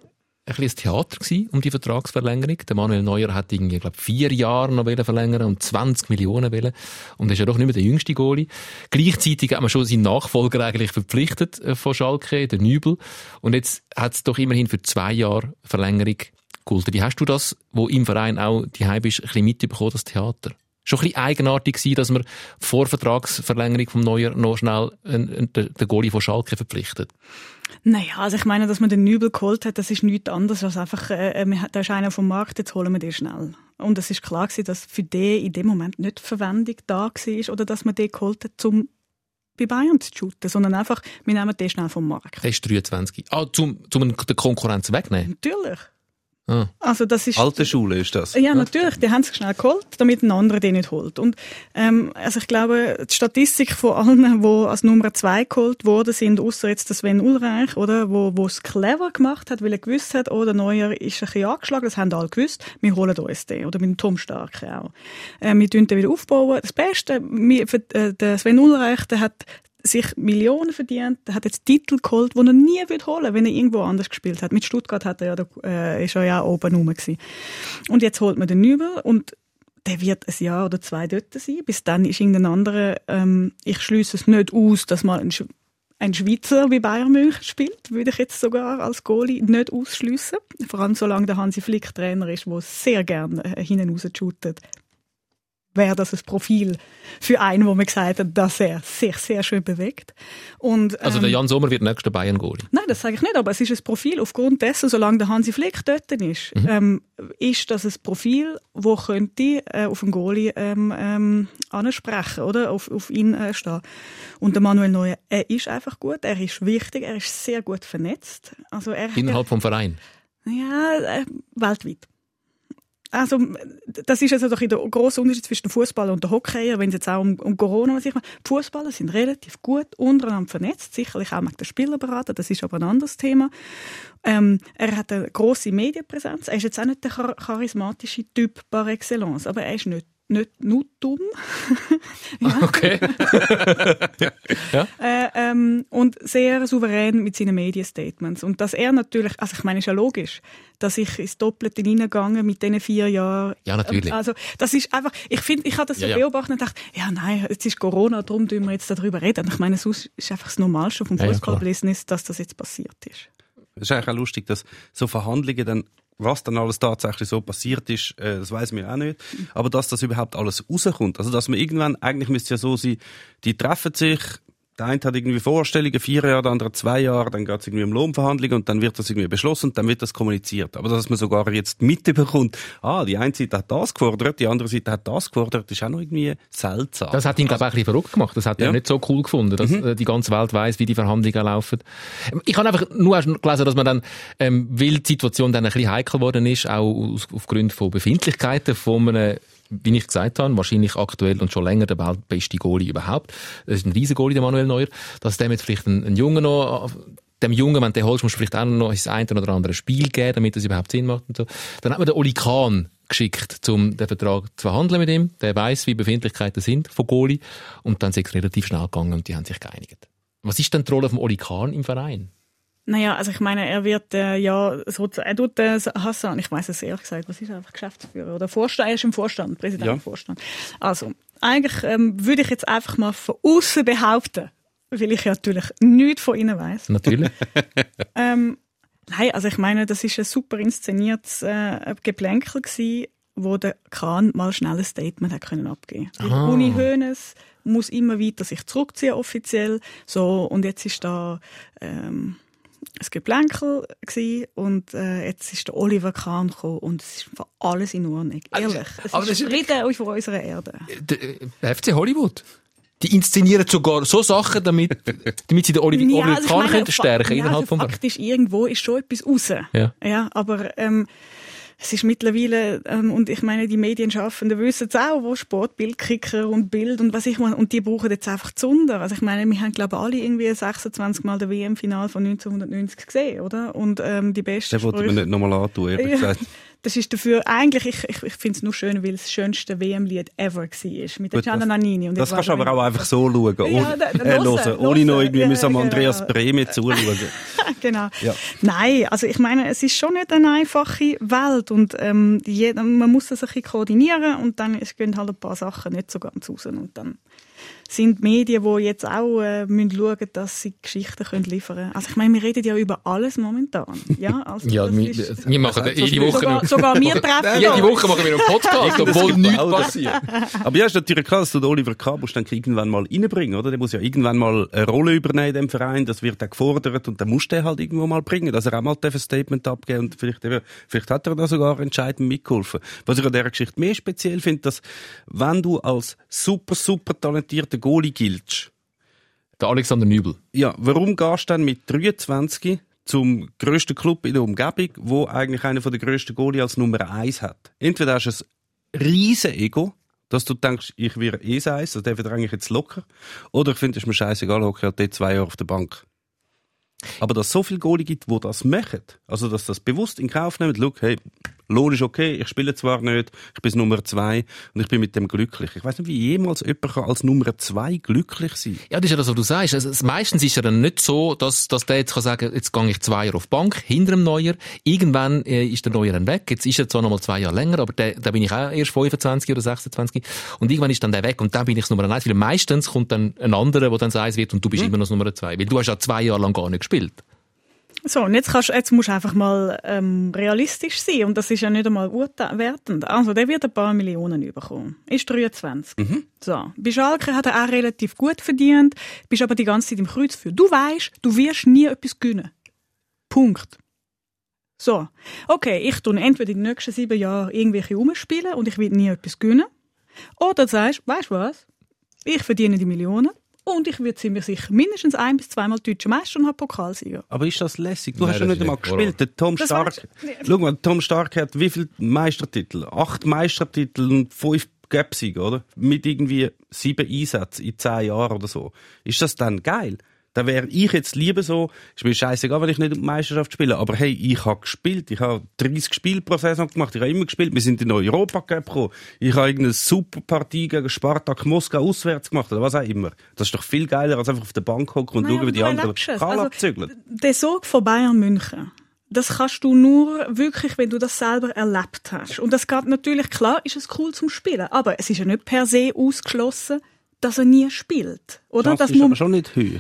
Theater gewesen, um die Vertragsverlängerung. Der Manuel Neuer hat irgendwie, 4 Jahre noch verlängern und 20 Millionen wollen. Und er ist ja doch nicht mehr der jüngste Goalie. Gleichzeitig hat man schon seinen Nachfolger eigentlich verpflichtet von Schalke, der Nübel. Und jetzt hat es doch immerhin für 2 Jahre Verlängerung gehalten. Wie hast du das, wo im Verein auch daheim bist, ein bisschen mitbekommen, das Theater? Schon ein bisschen eigenartig gewesen, dass man vor Vertragsverlängerung vom Neuer noch schnell den Goalie von Schalke verpflichtet. Naja, also ich meine, dass man den Nübel geholt hat, das ist nichts anderes als einfach, da ist einer vom Markt, jetzt holen wir den schnell. Und es ist klar gewesen, dass für den in dem Moment nicht Verwendung da war oder dass man den geholt hat, um bei Bayern zu shooten, sondern einfach, wir nehmen den schnell vom Markt. Der ist 23. Um der Konkurrenz wegnehmen? Natürlich. Also das ist alte Schule ist das. Ja, natürlich. Die haben sich schnell geholt, damit ein anderer den nicht holt. Und also ich glaube, die Statistik von allen, die als Nummer 2 geholt worden sind, ausser jetzt der Sven Ulreich, oder, wo es clever gemacht hat, weil er gewusst hat, der Neuer ist ein bisschen angeschlagen, das haben alle gewusst, wir holen uns den. Oder mit dem Tom Starke auch. Wir tun den wieder aufbauen. Das Beste, der Sven Ulreich, der hat sich Millionen verdient, er hat jetzt Titel geholt, die er nie holen wird, wenn er irgendwo anders gespielt hat. Mit Stuttgart ist er ja oben rum gewesen. Und jetzt holt man den Nübel und der wird ein Jahr oder 2 dort sein. Bis dann ist irgendein anderer, ich schliesse es nicht aus, dass mal ein Schweizer wie Bayern München spielt, würde ich jetzt sogar als Goalie nicht ausschliessen. Vor allem solange der Hansi Flick Trainer ist, der sehr gerne hinten raus shootet. Wäre das ein Profil für einen, wo man gesagt hat, dass er sich sehr schön bewegt. Und, also der Jan Sommer wird nächster Bayern-Goalie? Nein, das sage ich nicht, aber es ist ein Profil aufgrund dessen, solange der Hansi Flick dort ist, ist das ein Profil, wo könnte auf einen Goalie ansprechen, oder? Auf ihn stehen. Und der Manuel Neuer, er ist einfach gut, er ist wichtig, er ist sehr gut vernetzt. Also innerhalb vom Verein? Ja, weltweit. Also, das ist also doch der grosse Unterschied zwischen dem Fußballer und dem Hockey, wenn es jetzt auch um Corona was ich meine. Die Fußballer sind relativ gut untereinander vernetzt, sicherlich auch mit den Spielerberater, das ist aber ein anderes Thema. Er hat eine grosse Medienpräsenz, er ist jetzt auch nicht der charismatische Typ par excellence, aber er ist nicht nicht nur dumm. Ja. Okay. Ja. Und sehr souverän mit seinen Medienstatements. Und dass er natürlich, also ich meine, ist ja logisch, dass ich ins Doppelte hineingegangen mit diesen 4 Jahren. Ja, natürlich. Also das ist einfach, ich habe das so beobachtet und dachte, ja nein, jetzt ist Corona, darum tun wir jetzt darüber reden. Und ich meine, sonst ist einfach das Normalste vom Fußballbusiness, dass das jetzt passiert ist. Es ist eigentlich auch lustig, dass so Verhandlungen dann, was dann alles tatsächlich so passiert ist, das weiss man auch nicht. Aber dass das überhaupt alles rauskommt. Also, dass man irgendwann, eigentlich müsste es ja so sein, die treffen sich, der eine hat irgendwie Vorstellungen, 4 Jahre, der andere 2 Jahre, dann geht es irgendwie um Lohnverhandlungen und dann wird das irgendwie beschlossen und dann wird das kommuniziert. Aber dass man sogar jetzt mitbekommt, die eine Seite hat das gefordert, die andere Seite hat das gefordert, ist auch noch irgendwie seltsam. Das hat ihn, glaube ich, auch ein bisschen verrückt gemacht. Das hat er nicht so cool gefunden, dass die ganze Welt weiss, wie die Verhandlungen laufen. Ich habe einfach nur gelesen, dass man dann, weil die Situation dann ein bisschen heikel geworden ist, auch aufgrund von Befindlichkeiten von einem, wie ich gesagt habe, wahrscheinlich aktuell und schon länger der weltbeste Goalie überhaupt. Das ist ein riesen Goalie, der Manuel Neuer. Dass dem jetzt vielleicht ein Junge noch, dem Jungen, wenn du den holst, musst du vielleicht auch noch das eine oder andere Spiel geben, damit das überhaupt Sinn macht und so. Dann hat man den Oli Kahn geschickt, um den Vertrag zu verhandeln mit ihm. Der weiss, wie Befindlichkeiten sind von Goalie. Und dann ist es relativ schnell gegangen und die haben sich geeinigt. Was ist denn die Rolle von Oli Kahn im Verein? Naja, also ich meine, er wird er tut Hassan, ich weiss es ehrlich gesagt, was ist er einfach Geschäftsführer oder Vorstand, er ist im Vorstand, Präsident im Vorstand. Also eigentlich würde ich jetzt einfach mal von außen behaupten, weil ich ja natürlich nichts von ihnen weiss. Natürlich. Nein, also ich meine, das ist ein super inszeniertes Geplänkel gewesen, wo der Kahn mal schnell ein Statement hat können abgeben. Uni Hoeneß muss immer weiter sich zurückziehen offiziell, so, und jetzt ist da ein Geplänkel gsi und jetzt ist der Oliver Kahn gekommen und es ist einfach alles in Ordnung. Ehrlich. Es ist Frieden auf unserer Erde. Der FC Hollywood. Die inszenieren sogar so Sachen, damit sie den Oliver Kahn stärken innerhalb vom Verein. Faktisch irgendwo ist schon etwas raus. Ja, aber es ist mittlerweile, und ich meine, die Medienschaffenden wissen es auch, wo Sportbildkicker und Bild und was ich meine, und die brauchen jetzt einfach Zunder. Also ich meine, wir haben, glaube ich, alle irgendwie 26 Mal das WM-Final von 1990 gesehen, oder? Und die besten Sprüche... Den wollte man nicht nochmal antun, ehrlich gesagt. Das ist dafür, eigentlich, ich finde es nur schön, weil es das schönste WM-Lied ever war. Mit der Gianna Nannini. Und das kannst du aber auch einfach so schauen. Ohne noch irgendwie am Andreas Brehme zuschauen. Genau. Ja. Nein, also ich meine, es ist schon nicht eine einfache Welt. Und man muss das ein bisschen koordinieren und dann gehen halt ein paar Sachen nicht so ganz raus. Und dann sind die Medien, die jetzt auch müssen schauen, dass sie Geschichten liefern können. Also ich meine, wir reden ja über alles momentan. Ja, also wir machen jede Woche sogar wir treffen jede Woche machen wir einen Podcast, obwohl nichts passiert. Aber ja, ist natürlich klar, dass du den Oliver Kahn musst dann irgendwann mal reinbringen, oder? Der muss ja irgendwann mal eine Rolle übernehmen in dem Verein, das wird auch gefordert und dann musst du den halt irgendwo mal bringen, dass er auch mal ein Statement abgeben und vielleicht hat er da sogar entscheidend mitgeholfen. Was ich an dieser Geschichte mehr speziell finde, dass wenn du als super talentierter Goalie giltst. Der Alexander Nübel. Ja, warum gehst du dann mit 23 zum grössten Club in der Umgebung, wo eigentlich einer der grössten Goalie als Nummer 1 hat? Entweder hast du ein riesen Ego, dass du denkst, ich wäre das 1, also der verdränge ich jetzt locker, oder ich finde, es ist mir scheißegal, hocke ich halt dort 2 Jahre auf der Bank. Aber dass es so viele Goalie gibt, die das machen, also dass das bewusst in Kauf nehmen, schau, hey, Lohn ist okay, ich spiele zwar nicht, ich bin Nummer 2 und ich bin mit dem glücklich. Ich weiss nicht, wie jemals jemand als Nummer 2 glücklich sein kann. Ja, das ist ja das, was du sagst. Also, meistens ist ja dann nicht so, dass der jetzt kann sagen, jetzt gehe ich 2 Jahre auf die Bank, hinter dem Neuer. Irgendwann ist der Neuer dann weg. Jetzt ist er zwar noch mal 2 Jahre länger, aber da bin ich auch erst 25 oder 26. Und irgendwann ist dann der weg und dann bin ich das Nummer 1. Weil meistens kommt dann ein anderer, der dann das 1 wird und du bist immer noch das Nummer 2. Weil du hast ja 2 Jahre lang gar nicht gespielt. So, und jetzt musst du einfach mal realistisch sein. Und das ist ja nicht einmal wertend. Also, der wird ein paar Millionen bekommen. Ist 23. So. Bei Schalke hat er auch relativ gut verdient, bist aber die ganze Zeit im Kreuz für. Du weisst, du wirst nie etwas gewinnen. Punkt. So. Okay, ich tue entweder in den nächsten 7 Jahren irgendwelche umspielen und ich will nie etwas gewinnen. Oder du sagst, weisst du was? Ich verdiene die Millionen. Und ich würde ziemlich sicher mindestens 1 bis 2 Mal deutscher Meister und Pokalsieger. Aber ist das lässig? Du hast ja nicht einmal gespielt. Der Tom Stark. Schau mal, Tom Stark hat wie viele Meistertitel? 8 Meistertitel und 5 Cup-Siege, oder? Mit irgendwie 7 Einsätzen in 10 Jahren oder so. Ist das dann geil? Da wäre ich jetzt lieber so, ist mir scheißegal, wenn ich nicht um die Meisterschaft spiele, aber hey, ich habe gespielt, ich habe 30 Spiele pro Saison gemacht, ich habe immer gespielt, wir sind in den Europacup gekommen, ich habe irgendeine super Partie gegen Spartak Moskau auswärts gemacht, oder was auch immer. Das ist doch viel geiler, als einfach auf der Bank hocken und schauen, wie die anderen Pokal abzügeln. Der Sog von Bayern München, das kannst du nur wirklich, wenn du das selber erlebt hast. Und das geht natürlich, klar, ist es cool zum Spielen, aber es ist ja nicht per se ausgeschlossen, dass er nie spielt. Oder? Das ist aber schon nicht hoch.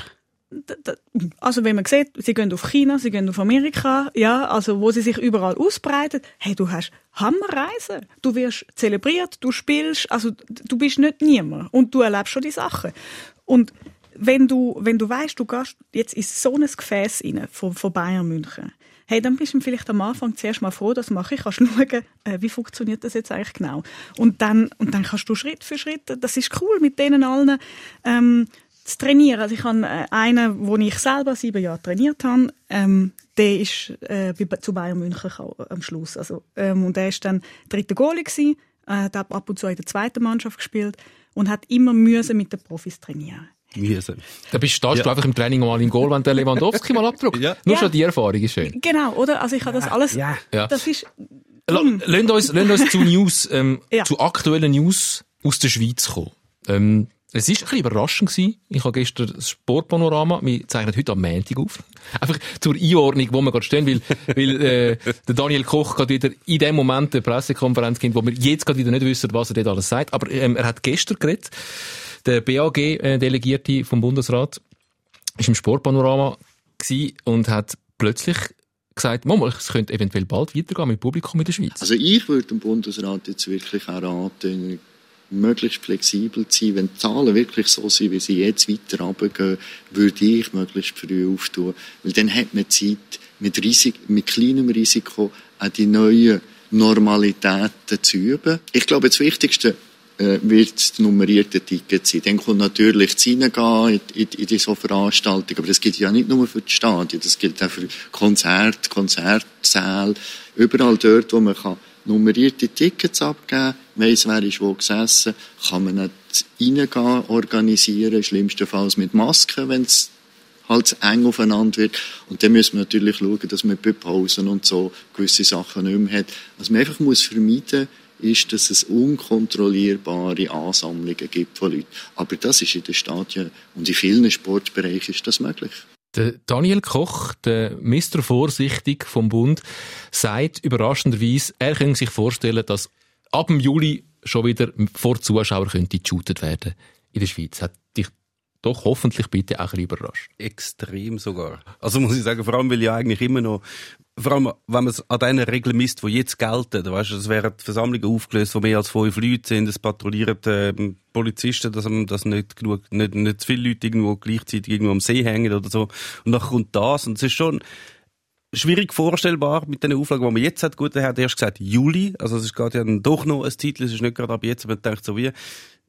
Also wenn man sieht, sie gehen auf China, sie gehen auf Amerika, ja, also wo sie sich überall ausbreiten, hey, du hast Hammerreisen. Du wirst zelebriert, du spielst, also du bist nicht niemand und du erlebst schon die Sachen. Und wenn du weißt, du gehst jetzt in so ein Gefäß rein von Bayern München, hey, dann bist du vielleicht am Anfang zuerst mal froh, das mache ich, kannst schauen, wie funktioniert das jetzt eigentlich genau. Und dann kannst du Schritt für Schritt, das ist cool, mit denen allen zu trainieren. Also ich habe einen, wo ich selber 7 Jahre trainiert habe, der ist zu Bayern München am Schluss. Also, und der ist dann 3. Goalie gewesen, hat ab und zu in der 2. Mannschaft gespielt und hat immer müssen mit den Profis trainieren. Da stehst du einfach im Training mal im Goal, wenn der Lewandowski mal abdruckt. Ja. Nur schon die Erfahrung ist schön. Genau, oder? Also ich habe das alles... Ja. Das ist... Lasst uns zu News, zu aktuellen News aus der Schweiz kommen. Es war ein bisschen überraschend gewesen. Ich habe gestern das Sportpanorama, wir zeichnen heute am Montag auf. Einfach zur Einordnung, wo wir gerade stehen, weil der Daniel Koch gerade wieder in dem Moment eine Pressekonferenz gibt, wo wir jetzt gerade wieder nicht wissen, was er dort alles sagt. Aber er hat gestern geredet. Der BAG-Delegierte vom Bundesrat war im Sportpanorama und hat plötzlich gesagt, es könnte eventuell bald weitergehen mit Publikum in der Schweiz. Also ich würde dem Bundesrat jetzt wirklich auch raten, möglichst flexibel zu sein. Wenn die Zahlen wirklich so sind, wie sie jetzt weiter runtergehen, würde ich möglichst früh auftun. Weil dann hat man Zeit, mit kleinem Risiko auch die neuen Normalitäten zu üben. Ich glaube, das Wichtigste wird das nummerierte Ticket sein. Dann kommt natürlich das Reingehen in diese Veranstaltungen. Aber das gilt ja nicht nur für die Stadien, das gilt auch für Konzertsäle. Überall dort, wo man nummerierte Tickets abgeben kann, weiss, wer ist wo gesessen, kann man nicht reingehen, organisieren, schlimmstenfalls mit Masken, wenn es halt zu eng aufeinander wird. Und dann müssen wir natürlich schauen, dass man bei Pausen und so gewisse Sachen nicht mehr hat. Was man einfach vermeiden muss, ist, dass es unkontrollierbare Ansammlungen gibt von Leuten. Aber das ist in den Stadien und in vielen Sportbereichen ist das möglich. Der Daniel Koch, der Mr. Vorsichtig vom Bund, sagt überraschenderweise, er könnte sich vorstellen, dass ab dem Juli schon wieder vor Zuschauern könnte geshootet werden in der Schweiz. Hat dich doch hoffentlich bitte auch ein bisschen überrascht. Extrem sogar. Also muss ich sagen, vor allem, weil ja eigentlich immer noch, vor allem, wenn man es an diesen Regeln misst, die jetzt gelten, weißt du, es wären Versammlungen aufgelöst, wo mehr als 5 Leute sind, es patrouillieren Polizisten, dass nicht zu viele Leute irgendwo gleichzeitig irgendwo am See hängen oder so. Und dann kommt das, und es ist schon schwierig vorstellbar mit den Auflagen, die man jetzt hat. Gut, er hat erst gesagt Juli, also es ist gerade ja doch noch ein Titel, es ist nicht gerade ab jetzt, aber man denkt so wie,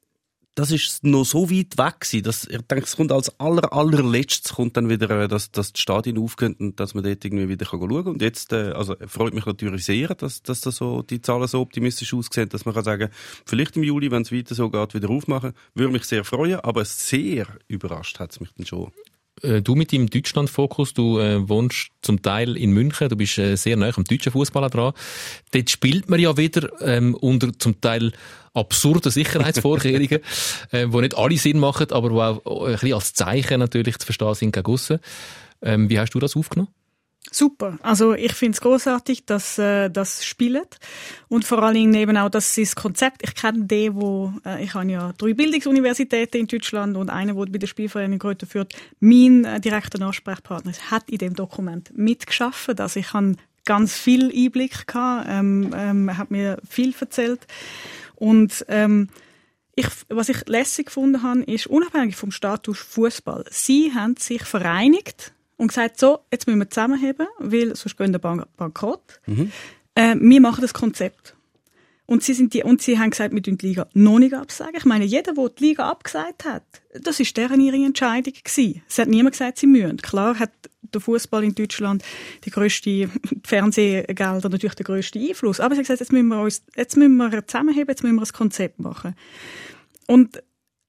das ist noch so weit weg gewesen, dass ich denke, es kommt als allerletztes kommt dann wieder, dass die Stadien aufgehen und dass man dort irgendwie wieder schauen kann. Und jetzt, also freut mich natürlich sehr, dass das so, die Zahlen so optimistisch aussehen, dass man kann sagen, vielleicht im Juli, wenn es weiter so geht, wieder aufmachen. Würde mich sehr freuen, aber sehr überrascht hat es mich dann schon. Du mit deinem Deutschland-Fokus, du wohnst zum Teil in München, du bist sehr nah am deutschen Fußball dran. Dort spielt man ja wieder unter zum Teil absurden Sicherheitsvorkehrungen, die nicht alle Sinn machen, aber die auch ein bisschen als Zeichen natürlich zu verstehen sind gegen aussen. Wie hast du das aufgenommen? Super. Also ich finde es großartig, dass das spielt und vor allen Dingen eben auch, dass das Konzept. Ich kenne ich habe ja 3 Bildungsuniversitäten in Deutschland und eine, die bei der Spielvereinigung heute führt. Mein direkter Ansprechpartner hat in dem Dokument mitgeschafft. Also ich habe ganz viel Einblick gehabt. Er hat mir viel erzählt und was ich lässig gefunden habe, ist unabhängig vom Status Fußball. Sie haben sich vereinigt und gesagt, so, jetzt müssen wir zusammenheben, weil sonst gehen wir bankrott. Mhm. Wir machen das Konzept. Und sie haben gesagt, wir dürfen die Liga noch nicht absagen. Ich meine, jeder, der die Liga abgesagt hat, das war deren ihre Entscheidung gewesen. Es hat niemand gesagt, sie müssen. Klar hat der Fußball in Deutschland die Fernsehgelder natürlich den grössten Einfluss. Aber sie haben gesagt, jetzt müssen wir zusammenheben, jetzt müssen wir ein Konzept machen. Und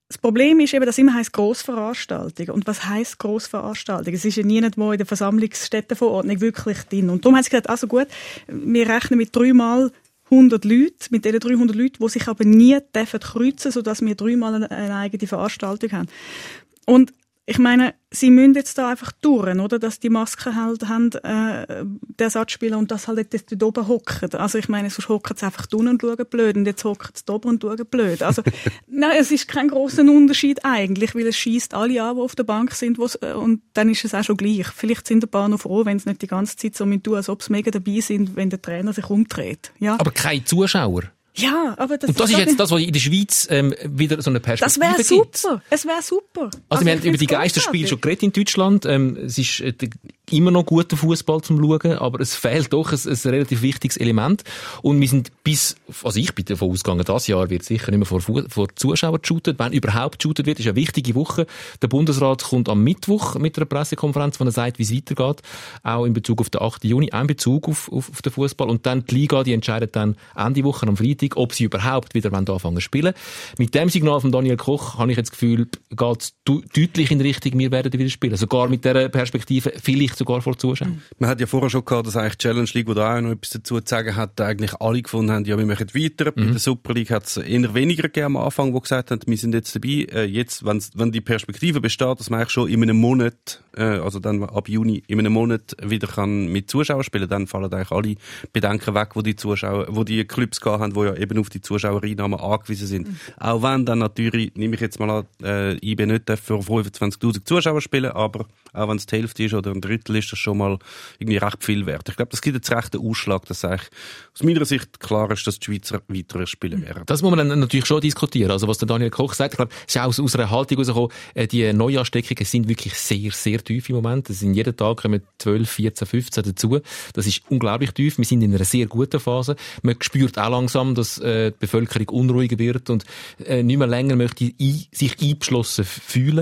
das Problem ist eben, dass immer heisst Grossveranstaltungen. Und was heisst Grossveranstaltungen? Es ist ja niemand, in der Versammlungsstättenverordnung wirklich drin. Und darum haben sie gesagt, also gut, wir rechnen mit 3-mal 100 Leute, mit diesen 300 Leuten, die sich aber nie kreuzen dürfen, sodass wir 3-mal eine eigene Veranstaltung haben. Und ich meine, sie müssen jetzt da einfach durch, oder? Dass die Masken halt haben, der Ersatzspieler, und das halt jetzt dort oben hocken. Also ich meine, sonst hocken sie einfach unten und schauen blöd, und jetzt hocken sie da oben und schauen blöd. Also, nein, es ist kein grosser Unterschied eigentlich, weil es scheisst alle an, die auf der Bank sind, und dann ist es auch schon gleich. Vielleicht sind ein paar noch froh, wenn sie nicht die ganze Zeit so tun, als ob sie mega dabei sind, wenn der Trainer sich umdreht. Ja. Aber keine Zuschauer. Ja, aber das und das ist jetzt das, was in der Schweiz wieder so eine Perspektive gibt. Das wäre super. Es wäre super. Also wir haben über die Geisterspiele schon geredet in Deutschland. Es ist immer noch guter Fußball zum Schauen, aber es fehlt doch ein relativ wichtiges Element. Und wir sind ich bin davon ausgegangen, dieses Jahr wird sicher nicht mehr vor Zuschauern geshootet. Wenn überhaupt geshootet wird, ist eine wichtige Woche. Der Bundesrat kommt am Mittwoch mit einer Pressekonferenz, wo er sagt, wie es weitergeht. Auch in Bezug auf den 8. Juni, auch in Bezug auf den Fußball. Und dann die Liga, die entscheidet dann Ende Woche am Freitag, ob sie überhaupt wieder anfangen zu spielen. Mit dem Signal von Daniel Koch habe ich jetzt das Gefühl, geht es deutlich in Richtung, wir werden wieder spielen. Sogar mit dieser Perspektive, vielleicht sogar vor Zuschauern. Man hat ja vorher schon gehabt, dass eigentlich die Challenge League, wo da auch noch etwas dazu zu sagen hat, eigentlich alle gefunden haben, ja, wir machen weiter. Bei der Super League hat es eher weniger gegeben am Anfang, die gesagt haben, wir sind jetzt dabei. Jetzt, wenn die Perspektive besteht, dass man eigentlich schon in einem Monat, also dann ab Juni, in einem Monat wieder kann mit Zuschauern spielen, dann fallen eigentlich alle Bedenken weg, wo die Clubs gehabt haben, die ja eben auf die Zuschauereinnahmen angewiesen sind. Auch wenn dann natürlich, nehme ich jetzt mal an, IB nicht für 25'000 Zuschauer spielen, aber auch wenn es die Hälfte ist oder ein Drittel, ist das schon mal irgendwie recht viel wert. Ich glaube, das gibt jetzt recht einen Ausschlag, dass eigentlich aus meiner Sicht klar ist, dass die Schweizer weiter spielen werden. Das muss man dann natürlich schon diskutieren. Also was der Daniel Koch sagt, ich glaube, es ist auch aus einer Haltung herausgekommen, die Neuansteckungen sind wirklich sehr, sehr tief im Moment. Es sind jeden Tag kommen 12, 14, 15 dazu. Das ist unglaublich tief. Wir sind in einer sehr guten Phase. Man spürt auch langsam, dass die Bevölkerung unruhiger wird und nicht mehr länger möchte sich eingeschlossen fühlen.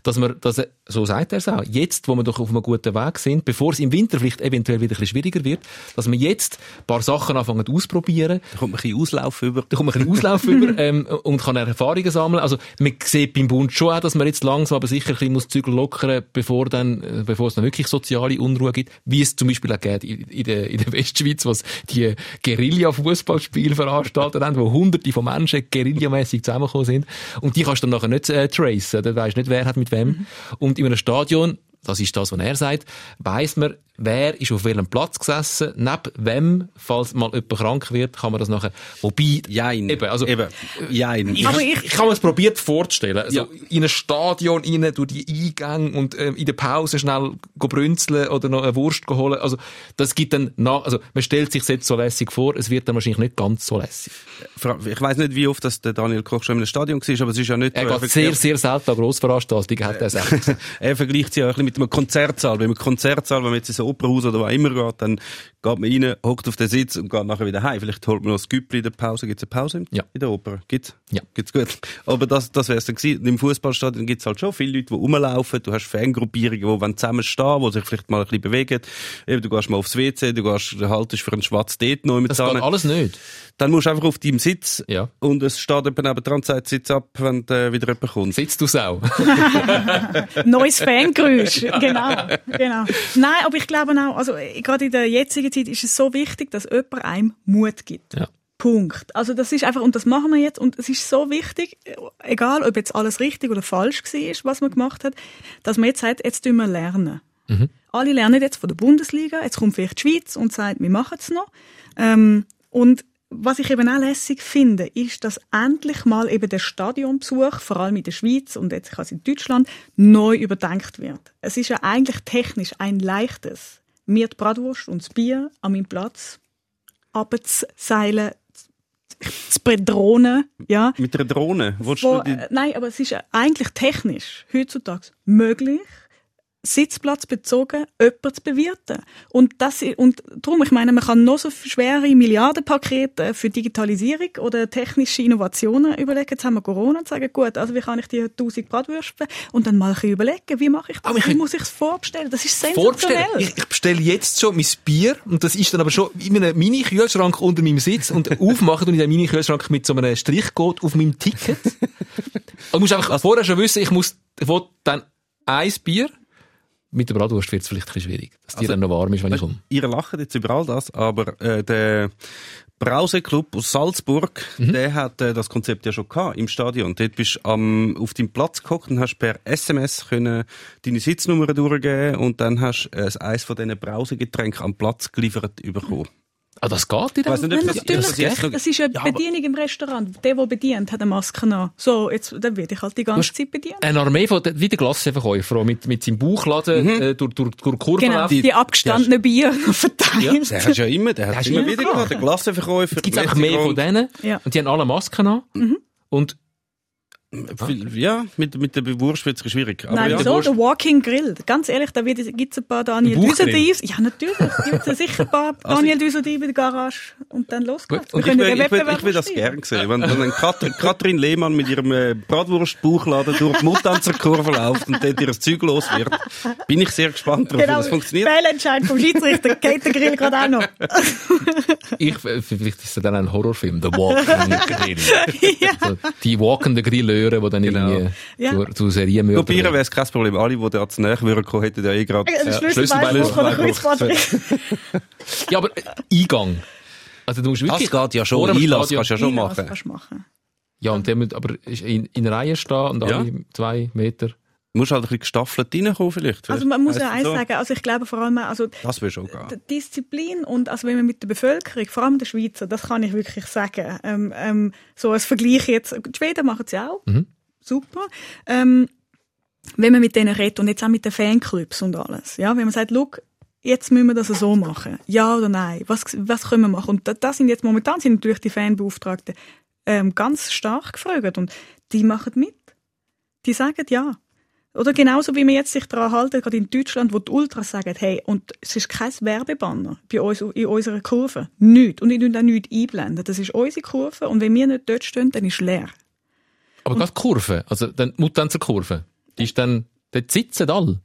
So sagt er es auch. Jetzt, wo wir doch auf einem guten Weg sind, bevor es im Winter vielleicht eventuell wieder ein bisschen schwieriger wird, dass wir jetzt ein paar Sachen anfangen ausprobieren. Da kommt man ein bisschen Auslauf über. Und kann Erfahrungen sammeln. Also, man sieht beim Bund schon auch, dass man jetzt langsam aber sicher ein bisschen Zügel lockern muss, bevor es dann wirklich soziale Unruhe gibt. Wie es zum Beispiel auch geht in der Westschweiz, was die Guerilla-Fußballspiele veranstaltet haben, wo Hunderte von Menschen guerillamässig zusammengekommen sind. Und die kannst du dann nachher nicht tracen. Da weisst nicht, wer hat mit wem. Und in einem Stadion, das ist das, was er sagt, weiss man, wer ist auf welchem Platz gesessen, neben wem, falls mal jemand krank wird, kann man das nachher, wobei, Jein. Ich kann mir es probiert vorzustellen, also in ein Stadion rein, durch die Eingänge und in der Pause schnell brünzeln oder noch eine Wurst holen, also das gibt dann also man stellt sich jetzt so lässig vor, es wird dann wahrscheinlich nicht ganz so lässig. Ich weiss nicht, wie oft das der Daniel Koch schon in einem Stadion war, aber es ist ja nicht... Er geht sehr, sehr selten an Grossveranstaltungen, hat er gesagt. Er vergleicht sich ja ein bisschen mit einem Konzertsaal. Wenn man jetzt in so Opernhaus oder wo immer geht, dann geht man rein, hockt auf den Sitz und geht nachher wieder heim. Vielleicht holt man noch ein Güppli in der Pause. Gibt es eine Pause in der Oper? Gibt's? Ja. Gibt's gut. Aber das wäre es dann gewesen. Und im Fußballstadion gibt es halt schon viele Leute, die rumlaufen. Du hast Fangruppierungen, die zusammenstehen, die sich vielleicht mal ein bisschen bewegen. Eben, du gehst mal aufs WC, du haltest für einen schwarzen Date noch Das geht alles nicht. Dann musst du einfach auf deinem Sitz und es steht eben nebendran, sagt Sitz ab, wenn wieder jemand kommt. Sitzt du auch? Neues Fangeräusch, genau. Nein, aber ich glaube auch, also gerade in der jetzigen Zeit ist es so wichtig, dass jemand einem Mut gibt. Ja. Punkt. Also das ist einfach, und das machen wir jetzt, und es ist so wichtig, egal ob jetzt alles richtig oder falsch war, was man gemacht hat, dass man jetzt sagt, jetzt tun wir lernen. Mhm. Alle lernen jetzt von der Bundesliga, jetzt kommt vielleicht die Schweiz und sagt, wir machen es noch. Und was ich eben auch lässig finde, ist, dass endlich mal eben der Stadionbesuch, vor allem in der Schweiz und jetzt in Deutschland, neu überdenkt wird. Es ist ja eigentlich technisch ein leichtes, mir die Bratwurst und das Bier an meinem Platz abzuseilen, zu bedrohen. Ja. Mit einer Drohne? Nein, aber es ist ja eigentlich technisch heutzutage möglich, sitzplatzbezogen jemanden zu bewirten. Und darum, ich meine, man kann noch so schwere Milliardenpakete für Digitalisierung oder technische Innovationen überlegen. Jetzt haben wir Corona und sagen, gut, also wie kann ich die 1000 Bratwürste und dann mal ein bisschen überlegen, wie mache ich das? Wie muss ich es vorbestellen? Das ist sensationell. Ich bestelle jetzt schon mein Bier und das ist dann aber schon in einem Mini-Kühlschrank unter meinem Sitz und aufmachen und in den Mini-Kühlschrank mit so einem Strichcode auf meinem Ticket. Du musst einfach vorher schon wissen, ich will dann 1 Bier. Mit der Bratwurst wird es vielleicht ein bisschen schwierig, dass die dann noch warm ist, wenn ich komme. Ihr lacht jetzt über all das, aber der Brause-Club aus Salzburg, der hat das Konzept ja schon gehabt im Stadion. Dort bist du auf deinem Platz gehockt und hast per SMS können deine Sitznummer durchgeben und dann hast du eines von diesen Brausegetränken am Platz geliefert bekommen. Ah, das geht nicht? Das ist eine Bedienung im Restaurant. Der bedient, hat eine Maske an. So, jetzt, dann werde ich halt die ganze Zeit bedient. Eine Armee von, wie der Glassenverkäufer, mit seinem Bauchladen, durch Kurven genau, läuft. Die abgestandenen Bier verteilt. Ja, der hat ja immer, immer wieder gehabt, der Glassenverkäufer. Es gibt einfach mehr von denen. Ja. Und die haben alle Masken an. Und, ja, mit der Wurst wird es schwierig. Aber nein, ja, so, der Walking Grill. Ganz ehrlich, da gibt es ein paar Daniel Düsendives. Ja, natürlich. Da gibt es sicher ein paar Daniel Düsendives in der Garage. Und dann los geht's. Und ich will das gerne sehen. Wenn dann Katrin Lehmann mit ihrem Bratwurst-Bauchladen durch die Mutanzer Kurve läuft und dort ihr Zeug los wird, bin ich sehr gespannt drauf, wie das funktioniert. Fehlentscheid vom Schiedsrichter. Geht der Grill gerade auch noch. Vielleicht ist es dann ein Horrorfilm, The Walking Grill. Ja. Also, die walkenden Grilleure, die dann irgendwie zu Serienmörder... Probieren wäre es kein Problem. Alle, die da zu nahe kommen, hätten ja gerade Schlüsselbein. Ja, aber Eingang. Also du musst wirklich... Das geht ja schon. Einlass kannst du ja schon machen. Ja, und der muss aber in Reihe stehen und alle 2 Meter... Du musst halt ein bisschen gestaffelt reinkommen vielleicht. Also man muss ja eins sagen, also ich glaube vor allem, also das will schon gehen. Disziplin und also wenn man mit der Bevölkerung, vor allem der Schweizer, das kann ich wirklich sagen, so als Vergleich jetzt, die Schweden machen es ja auch, super, wenn man mit denen redet und jetzt auch mit den Fanclubs und alles, ja, wenn man sagt, schau, jetzt müssen wir das so machen, ja oder nein, was können wir machen und das sind jetzt momentan sind natürlich die Fanbeauftragten ganz stark gefragt und die machen mit, die sagen ja. Oder genauso wie wir jetzt sich daran halten, gerade in Deutschland, wo die Ultras sagen, hey, und es ist kein Werbebanner bei uns in unserer Kurve. Nichts. Und ich tue da nichts einblenden. Das ist unsere Kurve und wenn wir nicht dort stehen, dann ist es leer. Aber gerade die Kurve, also die Mutanzer Kurve, die ist dann, dort sitzen alle.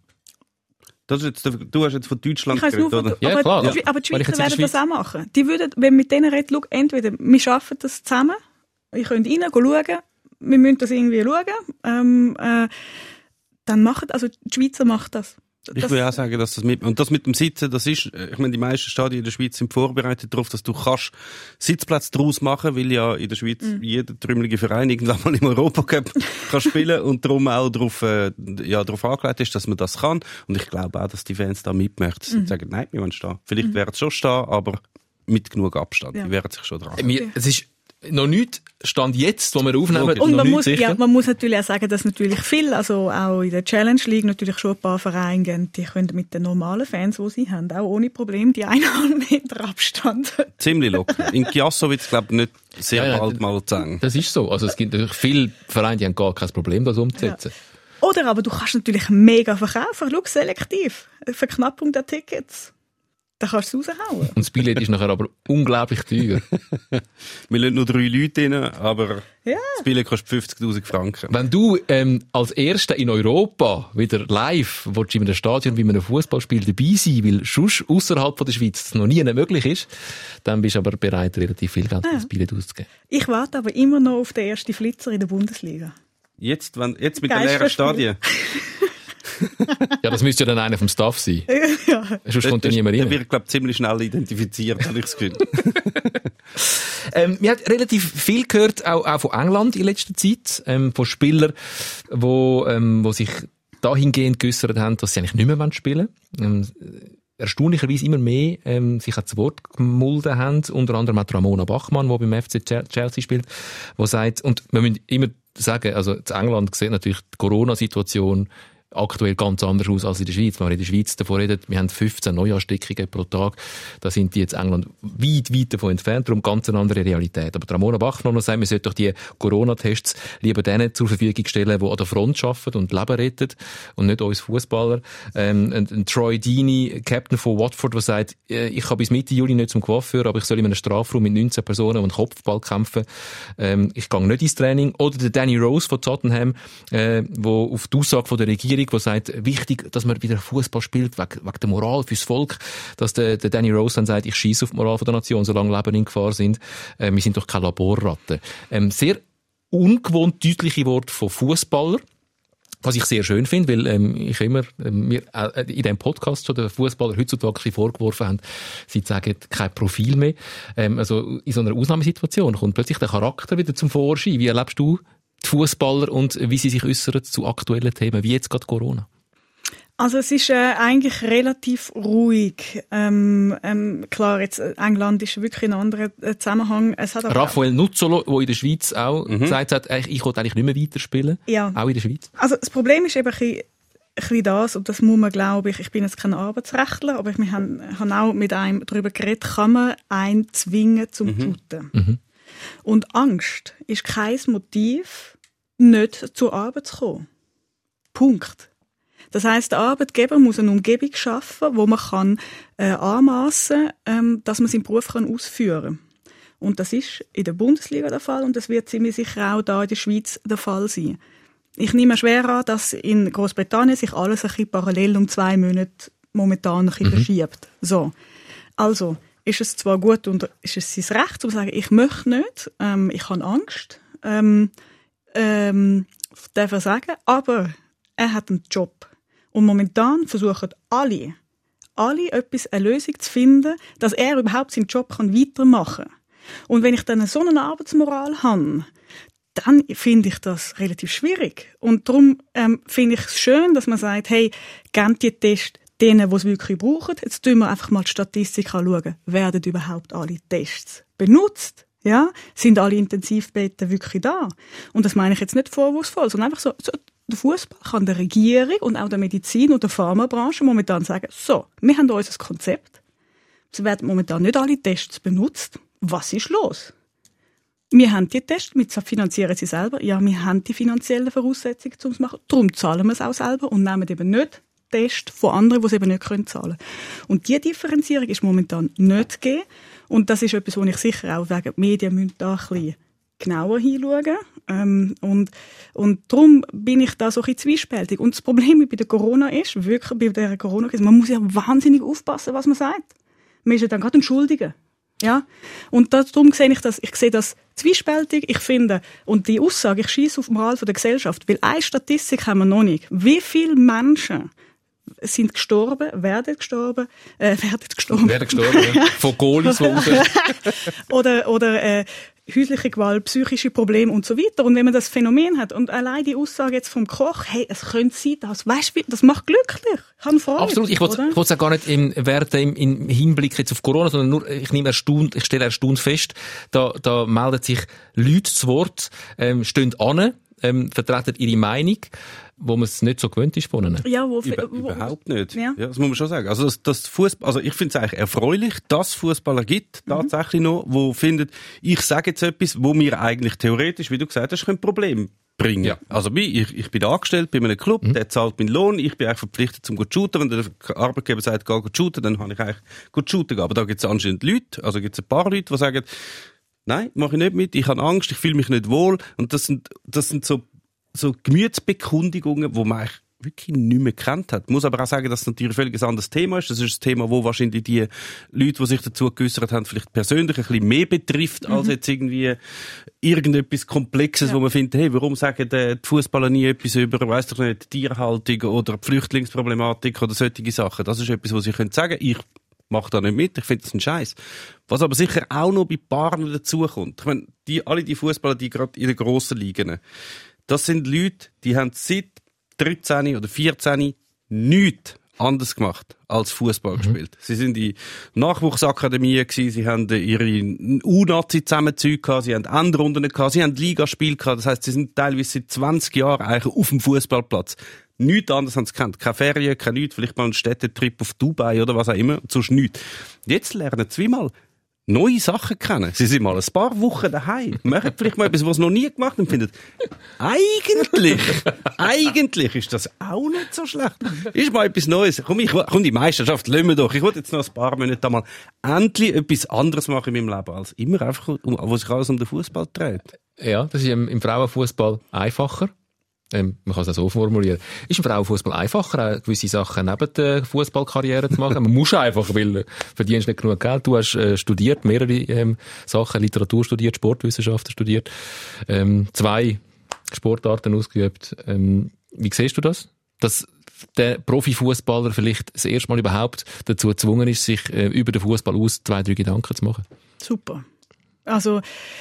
Das ist jetzt, du hast jetzt von Deutschland geredet, oder? Ja, klar. Aber die Schweizer werden das auch machen. Die würden, wenn mit denen reden, schau, entweder wir schaffen das zusammen, ihr könnt rein, schauen, wir müssen das irgendwie schauen, dann also die Schweizer macht das. Ich will auch sagen, dass das mit dem Sitzen, das ist, ich meine, die meisten Stadien in der Schweiz sind vorbereitet darauf, dass du kannst Sitzplätze daraus machen, weil ja in der Schweiz jeder trümmelige Verein irgendwann mal im Europacup kann spielen und darum auch darauf angelegt ist, dass man das kann. Und ich glaube auch, dass die Fans da mitmachen und sagen, nein, wir wollen stehen. Vielleicht werden sie schon stehen, aber mit genug Abstand. Die werden sich schon dran. Es ist noch nichts Stand jetzt, wo wir aufnehmen. Okay. Und man muss natürlich auch sagen, dass natürlich viel, also auch in der Challenge League natürlich schon ein paar Vereine gehen, die können mit den normalen Fans, die sie haben, auch ohne Problem die 1,5 Meter Abstand. Ziemlich locker. In Chiasso wird es, glaube ich, nicht sehr bald mal sagen. Das ist so. Also es gibt natürlich viele Vereine, die haben gar kein Problem, das umzusetzen. Ja. Oder aber du kannst natürlich mega verkaufen. Schau, selektiv. Verknappung der Tickets. Da kannst du es raushauen. Und das Billett ist nachher aber unglaublich teuer. Wir lassen nur 3 Leute rein, aber das Billett kostet 50'000 Franken. Wenn du als Erster in Europa wieder live willst, in einem Stadion wie in einem Fußballspiel dabei sein, weil sonst ausserhalb von der Schweiz das noch nie möglich ist, dann bist du aber bereit, relativ viel Geld für das Billett auszugeben. Ich warte aber immer noch auf den ersten Flitzer in der Bundesliga. Jetzt mit den leeren Stadien? Ja, das müsste ja dann einer vom Staff sein. Ja. Sonst kommt ja niemand rein. Der wird, glaube ich, ziemlich schnell identifiziert, habe ich das Gefühl. Wir haben relativ viel gehört, auch von England in letzter Zeit, von Spielern, wo sich dahingehend geäussert haben, dass sie eigentlich nicht mehr spielen wollen. Erstaunlicherweise immer mehr sich zu Wort gemulden haben, unter anderem auch Ramona Bachmann, die beim FC Chelsea spielt, die sagt, und wir müssen immer sagen, also in England sieht natürlich die Corona-Situation aktuell ganz anders aus als in der Schweiz. Wenn wir in der Schweiz davon reden, wir haben 15 Neuansteckungen pro Tag. Da sind die jetzt England weit davon entfernt. Darum ganz eine andere Realität. Aber Ramona Bachmann noch sagt, man sollte doch die Corona-Tests lieber denen zur Verfügung stellen, die an der Front arbeiten und Leben retten und nicht uns Fußballer. Ein Troy Deeney, Captain von Watford, der sagt, ich kann bis Mitte Juli nicht zum Coiffeur, aber ich soll in einem Strafraum mit 19 Personen um einen Kopfball kämpfen. Ich gehe nicht ins Training. Oder der Danny Rose von Tottenham, wo auf die Aussage von der Regierung, der sagt, wichtig, dass man wieder Fußball spielt, wegen der Moral fürs Volk, dass der Danny Rose dann sagt, ich schieße auf die Moral von der Nation, solange Leben in Gefahr sind. Wir sind doch keine Laborratten. Sehr ungewohnt deutliche Worte von Fußballer. Was ich sehr schön finde, weil ich immer mir in diesem Podcast schon den Fußballer heutzutage vorgeworfen haben, sie sagen kein Profil mehr. Also in so einer Ausnahmesituation kommt plötzlich der Charakter wieder zum Vorschein. Wie erlebst du die Fußballer und wie sie sich äußern zu aktuellen Themen, wie jetzt gerade Corona? Also es ist eigentlich relativ ruhig. Klar, jetzt England ist wirklich ein anderer Zusammenhang. Es hat Raphael Nuzzolo, der in der Schweiz auch gesagt hat, ich will eigentlich nicht mehr weiterspielen. Ja. Auch in der Schweiz. Also das Problem ist eben ein bisschen das, und das muss man, glaube ich bin jetzt kein Arbeitsrechtler, aber wir haben auch mit einem darüber geredet, kann man einen zwingen zum Shooten. Mhm. Und Angst ist kein Motiv, nicht zur Arbeit zu kommen. Punkt. Das heisst, der Arbeitgeber muss eine Umgebung schaffen, wo man kann anmassen, dass man seinen Beruf ausführen kann. Und das ist in der Bundesliga der Fall und das wird ziemlich sicher auch da in der Schweiz der Fall sein. Ich nehme schwer an, dass in Großbritannien sich alles ein bisschen parallel um 2 Monate momentan ein bisschen verschiebt. So. Also ist es zwar gut und ist es sein Recht, zu sagen, ich möchte nicht, ich habe Angst, darf er sagen, aber er hat einen Job. Und momentan versuchen alle eine Lösung zu finden, dass er überhaupt seinen Job weitermachen kann. Und wenn ich dann so eine Arbeitsmoral habe, dann finde ich das relativ schwierig. Und darum finde ich es schön, dass man sagt, hey, gebt die Tests denen, die es wirklich brauchen. Jetzt schauen wir einfach mal die Statistik anschauen. Werden überhaupt alle Tests benutzt? Ja? Sind alle Intensivbetten wirklich da? Und das meine ich jetzt nicht vorwurfsvoll, sondern einfach so der Fußball kann der Regierung und auch der Medizin und der Pharmabranche momentan sagen, so, wir haben unser Konzept. Es werden momentan nicht alle Tests benutzt. Was ist los? Wir haben die Tests, wir finanzieren sie selber. Ja, wir haben die finanziellen Voraussetzungen, um es zu machen. Darum zahlen wir es auch selber und nehmen eben nicht Tests von anderen, die es eben nicht zahlen können. Und diese Differenzierung ist momentan nicht gegeben. Und das ist etwas, wo ich sicher auch wegen Medien müssen da ein bisschen genauer hinschauen. Und darum bin ich da so ein bisschen zwiespältig. Und das Problem bei der Corona ist, wirklich bei der Corona-Krise, man muss ja wahnsinnig aufpassen, was man sagt. Man ist ja dann gerade ein Schuldiger. Ja? Und darum sehe ich sehe das zwiespältig. Ich finde, und die Aussage, ich schiesse auf die Moral der Gesellschaft, weil eine Statistik haben wir noch nicht. Wie viele Menschen sind gestorben, werden gestorben. Ja. Von Goalies, die raus. oder häusliche Gewalt, psychische Probleme und so weiter. Und wenn man das Phänomen hat, und allein die Aussage jetzt vom Koch, hey, es könnte sein, das macht glücklich. Ich habe Freude. Absolut. Ich wollte es auch gar nicht im Hinblick jetzt auf Corona, sondern nur, ich stelle erstaunt fest, da melden sich Leute zu Wort, stehen an, vertreten ihre Meinung, wo man es nicht so gewöhnt ist von ihnen. Ja, überhaupt nicht. Ja. Ja, das muss man schon sagen. Also das Fußball, also ich finde es eigentlich erfreulich, dass es Fußballer gibt, tatsächlich noch, wo finden, ich sage jetzt etwas, wo mir eigentlich theoretisch, wie du gesagt hast, ein Problem bringen. Ja. Also ich bin angestellt bei einem Club, der zahlt meinen Lohn, ich bin eigentlich verpflichtet zum gut shooten. Wenn der Arbeitgeber sagt, geh gut shooten, dann habe ich eigentlich gut shooten. Aber da gibt es anscheinend Leute, also gibt es ein paar Leute, die sagen, nein, mache ich nicht mit, ich habe Angst, ich fühle mich nicht wohl. Und das sind so Gemütsbekundigungen, die man eigentlich wirklich nicht mehr gekannt hat. Ich muss aber auch sagen, dass es natürlich völlig ein anderes Thema ist. Das ist ein Thema, wo wahrscheinlich die Leute, die sich dazu geäussert haben, vielleicht persönlich ein bisschen mehr betrifft, als jetzt irgendwie irgendetwas Komplexes, wo man findet, hey, warum sagen die Fußballer nie etwas über, weiss doch nicht, Tierhaltung oder Flüchtlingsproblematik oder solche Sachen. Das ist etwas, was sie sagen können. Ich mache da nicht mit, ich finde das ein Scheiß. Was aber sicher auch noch bei Paaren dazukommt. Ich meine, alle die Fußballer, die gerade in den grossen Ligen, das sind Leute, die haben seit 13 oder 14 nichts anders gemacht als Fußball gespielt. Sie sind in Nachwuchsakademien gewesen, sie haben ihre U-Nazi-Zusammenzüge gehabt, sie haben Endrunden gehabt, sie haben Ligaspiele gehabt. Das heisst, sie sind teilweise seit 20 Jahren eigentlich auf dem Fußballplatz. Nichts anderes haben sie gekannt. Keine Ferien, kein nichts, vielleicht mal einen Städtetrip auf Dubai oder was auch immer, sonst nichts. Jetzt lernen sie zweimal neue Sachen kennen. Sie sind mal ein paar Wochen daheim, machen vielleicht mal etwas, was sie noch nie gemacht haben, und finden, eigentlich ist das auch nicht so schlecht. Ist mal etwas Neues. Komm, die Meisterschaft, lassen wir doch. Ich will jetzt noch ein paar Monate mal endlich etwas anderes machen in meinem Leben, als immer einfach, wo sich alles um den Fußball dreht. Ja, das ist im Frauenfußball einfacher. Man kann es auch so formulieren. Ist im Frauenfußball einfacher, auch gewisse Sachen neben der Fußballkarriere zu machen? Man muss einfach, weil du verdienst nicht genug Geld. Du hast studiert, mehrere Sachen, Literatur studiert, Sportwissenschaften studiert, 2 Sportarten ausgeübt. Wie siehst du das? Dass der Profifußballer vielleicht das erste Mal überhaupt dazu gezwungen ist, sich über den Fußball aus 2-3 Gedanken zu machen? Super. Also,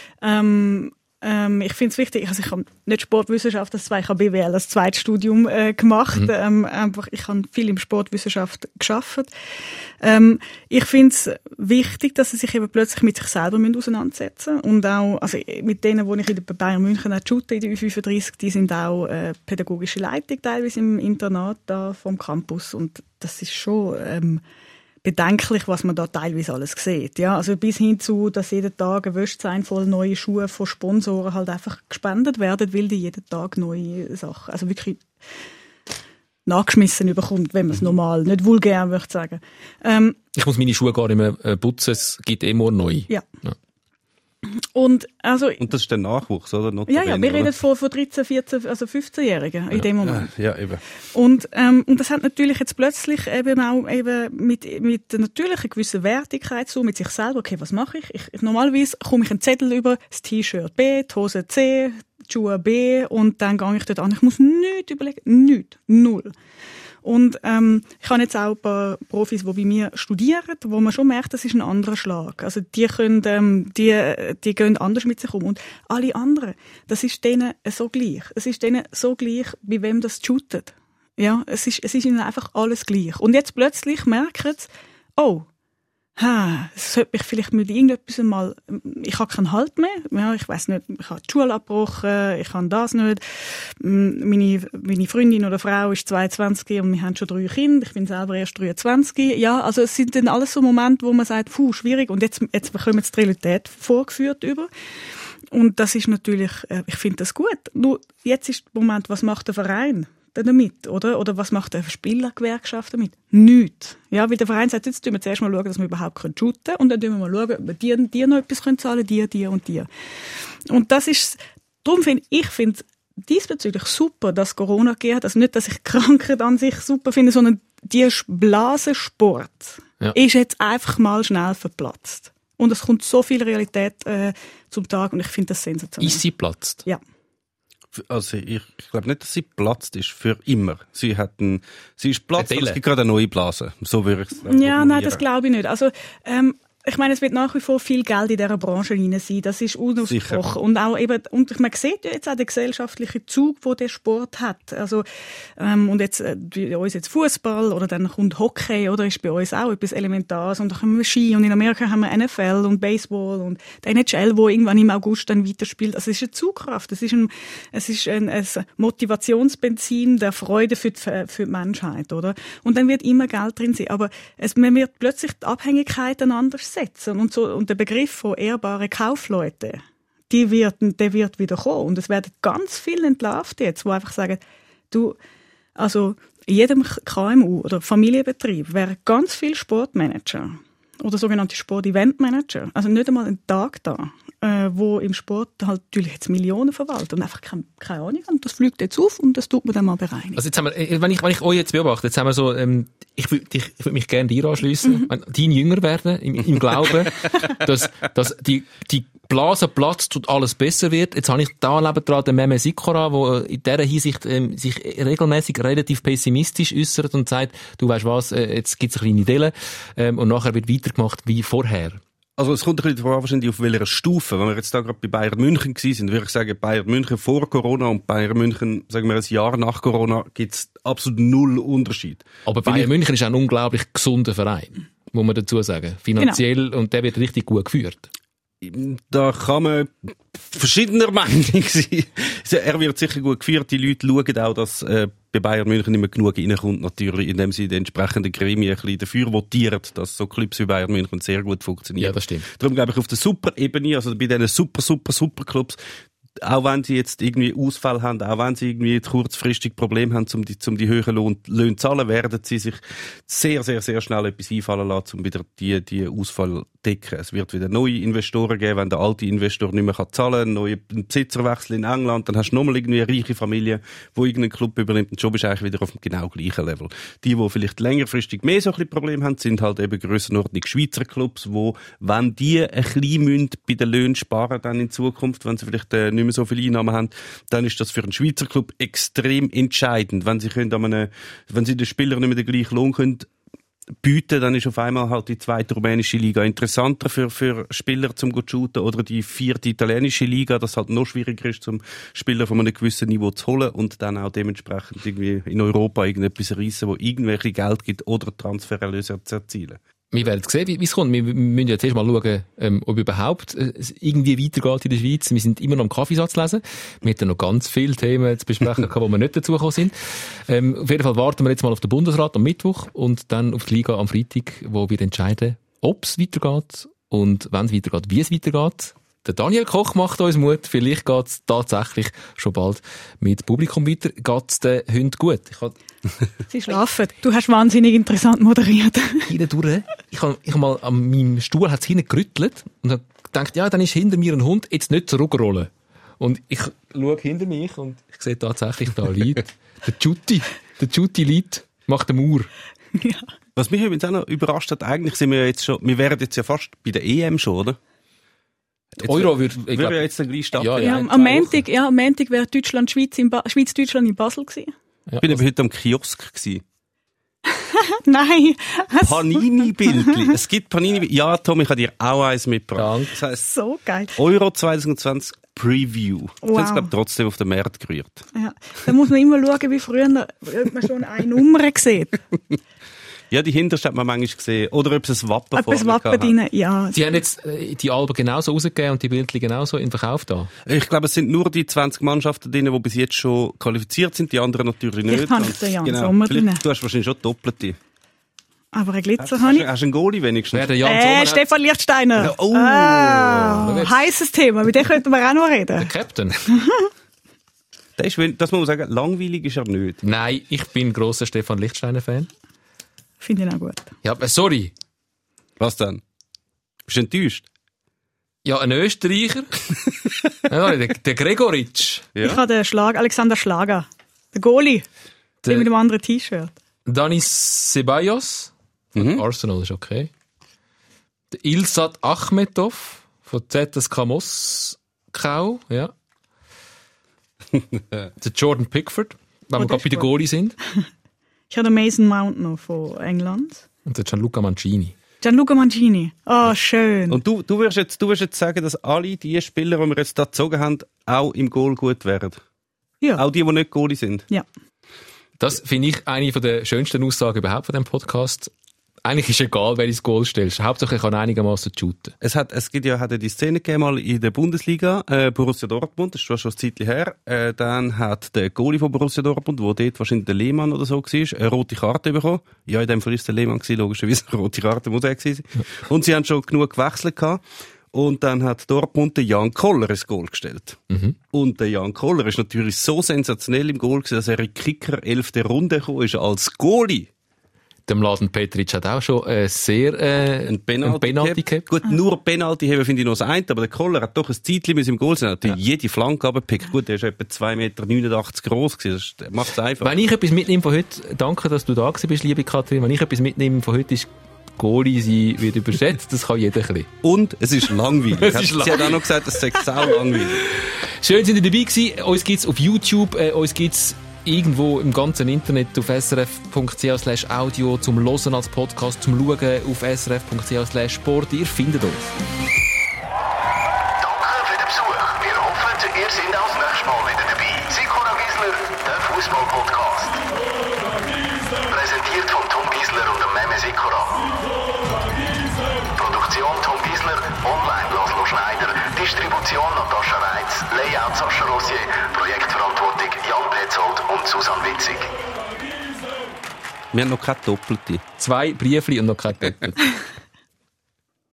ich finde es wichtig, also ich habe nicht Sportwissenschaft als ich habe BWL als Zweitstudium gemacht. Einfach, ich habe viel in Sportwissenschaft gearbeitet. Ich finde es wichtig, dass sie sich eben plötzlich mit sich selber auseinandersetzen müssen. Und auch, also mit denen, die ich bei Bayern München auch shoote, in der U35, die sind auch pädagogische Leitung teilweise im Internat da vom Campus. Und das ist schon bedenklich, was man da teilweise alles sieht. Ja, also bis hin zu, dass jeden Tag ein Wäschzein voll neue Schuhe von Sponsoren halt einfach gespendet werden, weil die jeden Tag neue Sachen, also wirklich nachgeschmissen überkommt, wenn man es normal, nicht vulgär möchte sagen. Ich muss meine Schuhe gar nicht mehr putzen, es gibt immer neu. Ja. Und das ist der Nachwuchs, oder? Ja, wir reden von 13, 14, also 15-Jährigen in dem Moment. Ja, eben. Und das hat natürlich jetzt plötzlich eben auch eben mit natürlich einer gewissen Wertigkeit so mit sich selber. Okay, was mache ich? Normalerweise komme ich einen Zettel über das T-Shirt B, die Hose C, die Schuhe B und dann gehe ich dort an. Ich muss nichts überlegen, nichts, null. Und ich habe jetzt auch ein paar Profis, die bei mir studieren, wo man schon merkt, das ist ein anderer Schlag. Also die können, die gehen anders mit sich um. Und alle anderen, das ist denen so gleich. Es ist denen so gleich, wie wem das shootet. Ja, es ist ihnen einfach alles gleich. Und jetzt plötzlich merken sie, oh, es sollte mich vielleicht mit irgendetwas mal, ich habe keinen Halt mehr, ja, ich weiss nicht, ich habe die Schule abgebrochen, ich kann das nicht, meine Freundin oder Frau ist 22 und wir haben schon 3 Kinder, ich bin selber erst 23, ja, also es sind dann alles so Momente, wo man sagt, schwierig, und jetzt bekommen wir die Realität vorgeführt über. Und das ist natürlich, ich finde das gut, nur jetzt ist der Moment, was macht der Verein damit, oder? Oder was macht der Spielergewerkschaft damit? Nichts. Ja, weil der Verein sagt, jetzt müssen wir zuerst mal schauen, dass wir überhaupt shooten können und dann müssen wir mal schauen, ob wir dir noch etwas zahlen können, dir und dir. Und das ist, darum finde ich diesbezüglich super, dass Corona geht. Also nicht, dass ich Krankheit an sich super finde, sondern die Blasensport ist jetzt einfach mal schnell verplatzt. Und es kommt so viel Realität zum Tag und ich finde das sensationell. Ist sie platzt? Ja. Also ich glaube nicht, dass sie platzt ist für immer. Sie ist platzt, aber es gibt gerade eine neue Blase. So würde ich es sagen. Ja, nein, das glaube ich nicht. Also ich meine, es wird nach wie vor viel Geld in dieser Branche rein sein. Das ist unausgesprochen. Und auch eben, und man sieht ja jetzt auch den gesellschaftlichen Zug, den der Sport hat. Also, und jetzt, bei uns jetzt Fußball oder dann kommt Hockey, oder ist bei uns auch etwas Elementares. Und dann haben wir Ski und in Amerika haben wir NFL und Baseball und die NHL, wo irgendwann im August dann weiterspielt. Also, es ist eine Zugkraft. Es ist ein Motivationsbenzin der Freude für die Menschheit, oder? Und dann wird immer Geld drin sein. Aber man wird plötzlich die Abhängigkeiten anders setzen und so, und der Begriff von ehrbare Kaufleute, der wird wieder kommen. Und es werden ganz viele entlarvt jetzt, die einfach sagen, also in jedem KMU oder Familienbetrieb wären ganz viele Sportmanager oder sogenannte Sport-Event-Manager, also nicht einmal ein Tag da, wo im Sport halt natürlich jetzt Millionen verwalten und einfach keine Ahnung haben. Das fliegt jetzt auf und das tut man dann mal bereinigen. Also jetzt haben wir, wenn ich euch jetzt beobachte, jetzt haben wir so, ich würde mich gerne dir anschliessen, dein Jünger werden, im Glauben, dass die Blase platzt und alles besser wird. Jetzt habe ich da nebendran den Mehmet Sikora, der in dieser Hinsicht sich regelmäßig relativ pessimistisch äußert und sagt, du weißt was, jetzt gibt es eine kleine Delle und nachher wird weitergemacht wie vorher. Also es kommt ein bisschen darauf wahrscheinlich auf welcher Stufe. Wenn wir jetzt da gerade bei Bayern München gewesen sind, würde ich sagen, Bayern München vor Corona und Bayern München, sagen wir ein Jahr nach Corona, gibt es absolut null Unterschied. Aber Bayern München ist ein unglaublich gesunder Verein, muss man dazu sagen. Finanziell, genau. Und der wird richtig gut geführt. Da kann man verschiedener Meinung sein. Er wird sicher gut geführt. Die Leute schauen auch, dass bei Bayern München immer genug reinkommt, natürlich, indem sie die entsprechenden Gremien ein bisschen dafür votieren, dass so Clubs wie Bayern München sehr gut funktionieren. Ja, das stimmt. Darum glaube ich, auf der Super-Ebene, also bei diesen super Clubs, auch wenn sie jetzt irgendwie Ausfall haben, auch wenn sie irgendwie kurzfristig Probleme haben, um die höheren Löhne zu zahlen, werden sie sich sehr, sehr, sehr schnell etwas einfallen lassen, um wieder die Ausfall zu decken. Es wird wieder neue Investoren geben, wenn der alte Investor nicht mehr zahlen kann, neue Besitzerwechsel in England, dann hast du nochmal irgendwie eine reiche Familie, die irgendeinen Club übernimmt, und schon bist du eigentlich wieder auf dem genau gleichen Level. Die vielleicht längerfristig mehr so ein bisschen Probleme haben, sind halt eben Grössenordnung Schweizer Clubs, wo, wenn die ein bisschen bei den Löhnen sparen dann in Zukunft, wenn sie vielleicht nicht mehr so viele Einnahmen haben, dann ist das für einen Schweizer Club extrem entscheidend. Wenn sie den Spielern nicht mehr den gleichen Lohn können bieten, dann ist auf einmal halt die zweite rumänische Liga interessanter für Spieler zum zu shooten oder die vierte italienische Liga, das halt noch schwieriger ist, zum Spieler von einem gewissen Niveau zu holen und dann auch dementsprechend irgendwie in Europa irgendetwas reissen, wo irgendwelche Geld gibt oder Transfererlöse zu erzielen. Wir werden sehen, wie es kommt. Wir müssen jetzt erst mal schauen, ob überhaupt es irgendwie weitergeht in der Schweiz. Wir sind immer noch am Kaffeesatz lesen. Wir hatten noch ganz viele Themen zu besprechen, wo wir nicht dazugekommen sind. Auf jeden Fall warten wir jetzt mal auf den Bundesrat am Mittwoch und dann auf die Liga am Freitag, wo wir entscheiden, ob es weitergeht und wenn es weitergeht, wie es weitergeht. Der Daniel Koch macht uns Mut. Vielleicht geht es tatsächlich schon bald mit Publikum weiter. Geht es den Hunden gut? Sie schlafen. Du hast wahnsinnig interessant moderiert. Hindurch. Ich hab mal an meinem Stuhl hat's hinten gerüttelt und hab gedacht, ja, dann ist hinter mir ein Hund, jetzt nicht zurückrollen. Und ich schaue hinter mich und ich sehe tatsächlich, da liegt der Jutti liegt, macht eine Mauer. Ja. Was mich übrigens auch noch überrascht hat, eigentlich wir wären jetzt ja fast bei der EM schon, oder? Euro würde ja jetzt dann gleich stattfinden. Ja, am Montag wäre Schweiz-Deutschland in Basel gewesen. Ja, ich bin aber heute am Kiosk gewesen. Nein. Panini-Bildli. Es gibt Panini-Bildli. Ja, Tom, ich habe dir auch eins mitgebracht. Das heisst, so geil. Euro 2020 Preview. Das wow. haben sie, glaube ich, trotzdem auf den Markt gerührt. Ja. Da muss man immer schauen, wie früher, ob man schon eine Nummer sieht. Ja, die hinterste hat man manchmal gesehen. Oder ob es ein Wappen vorne Wappen drin, ja. Sie haben jetzt die Alben genauso rausgegeben und die Bildchen genauso in Verkauf da? Ich glaube, es sind nur die 20 Mannschaften drin, die bis jetzt schon qualifiziert sind, die anderen natürlich nicht. Vielleicht habe ich den Jan Sommer drin. Du hast wahrscheinlich schon Doppelte. Aber ein Glitzer habe ich. Hast du einen Goalie wenigstens? Stefan Lichtsteiner. Oh. Heißes Thema, mit dem könnten wir auch noch reden. Der Captain. Das muss man sagen, langweilig ist er nicht. Nein, ich bin grosser Stefan Lichtsteiner-Fan. Finde ich auch gut. Ja, sorry. Was denn? Bist du enttäuscht? Ja, ein Österreicher. der Gregoritsch. Ja. Ich habe den Alexander Schlager. Der Goalie. Der mit dem anderen T-Shirt. Danis Ceballos. Von Arsenal ist okay. Der Ilsat Achmetov. Von ZSK Moskau. Ja. Der Jordan Pickford. Wenn wir gerade bei den Goalie sind. Ich habe den Mason Mount noch von England. Und der Gianluca Mancini. Oh, schön. Und du wirst jetzt sagen, dass alle die Spieler, die wir jetzt da gezogen haben, auch im Goal gut wären? Ja. Auch die nicht Goalie sind? Ja. Das finde ich eine der schönsten Aussagen überhaupt von diesem Podcast. Eigentlich ist egal, wer ins Goal stellst. Hauptsache, ich kann einigermaßen shooten. Es hat die Szene gegeben, mal in der Bundesliga, Borussia Dortmund, das ist schon ein Zeitchen her. Dann hat der Goalie von Borussia Dortmund, wo dort wahrscheinlich der Lehmann oder so war, eine rote Karte bekommen. Ja, in dem Fall ist der Lehmann gewesen, logischerweise eine rote Karte muss er gewesen sein. Und sie haben schon genug gewechselt gehabt. Und dann hat Dortmund den Jan Koller ins Goal gestellt. Und der Jan Koller ist natürlich so sensationell im Goal gewesen, dass er in Kicker 11. Runde gekommen ist als Goalie. Der Mladen Petric hat auch schon ein Penalty gehabt. Gut, nur Penalty haben finde ich noch das eine, aber der Koller hat doch ein Zeitchen im Goal sein. Hat jede Flanke runtergepickt. Gut, der ist etwa 2,89 Meter groß gewesen. Das macht es einfach. Wenn ich etwas mitnehme von heute, danke, dass du da bist, liebe Katrin, wenn ich etwas mitnehme von heute, ist Goalie sein wird überschätzt, das kann jeder ein bisschen. Und es ist langweilig. Sie hat auch noch gesagt, es sei sau langweilig. Schön, sind ihr dabei gewesen. Uns gibt's auf YouTube, uns gibt's irgendwo im ganzen Internet auf srf.ch/audio zum Hören als Podcast, zum Schauen auf srf.ch/sport. Ihr findet uns. Danke für den Besuch. Wir hoffen, ihr seid auch das nächste Mal wieder dabei. Sikora Gisler, der Fußball-Podcast. Präsentiert von Tom Gisler und dem Meme Sikora. Produktion Tom Gisler, online Laszlo Schneider, Distribution Natascha Reitz, Layout Sascha Rossier, Projektverantwortung Jan Petzold und Susanne Witzig. Wir haben noch keine Doppelte. 2 Briefli und noch keine Doppelte.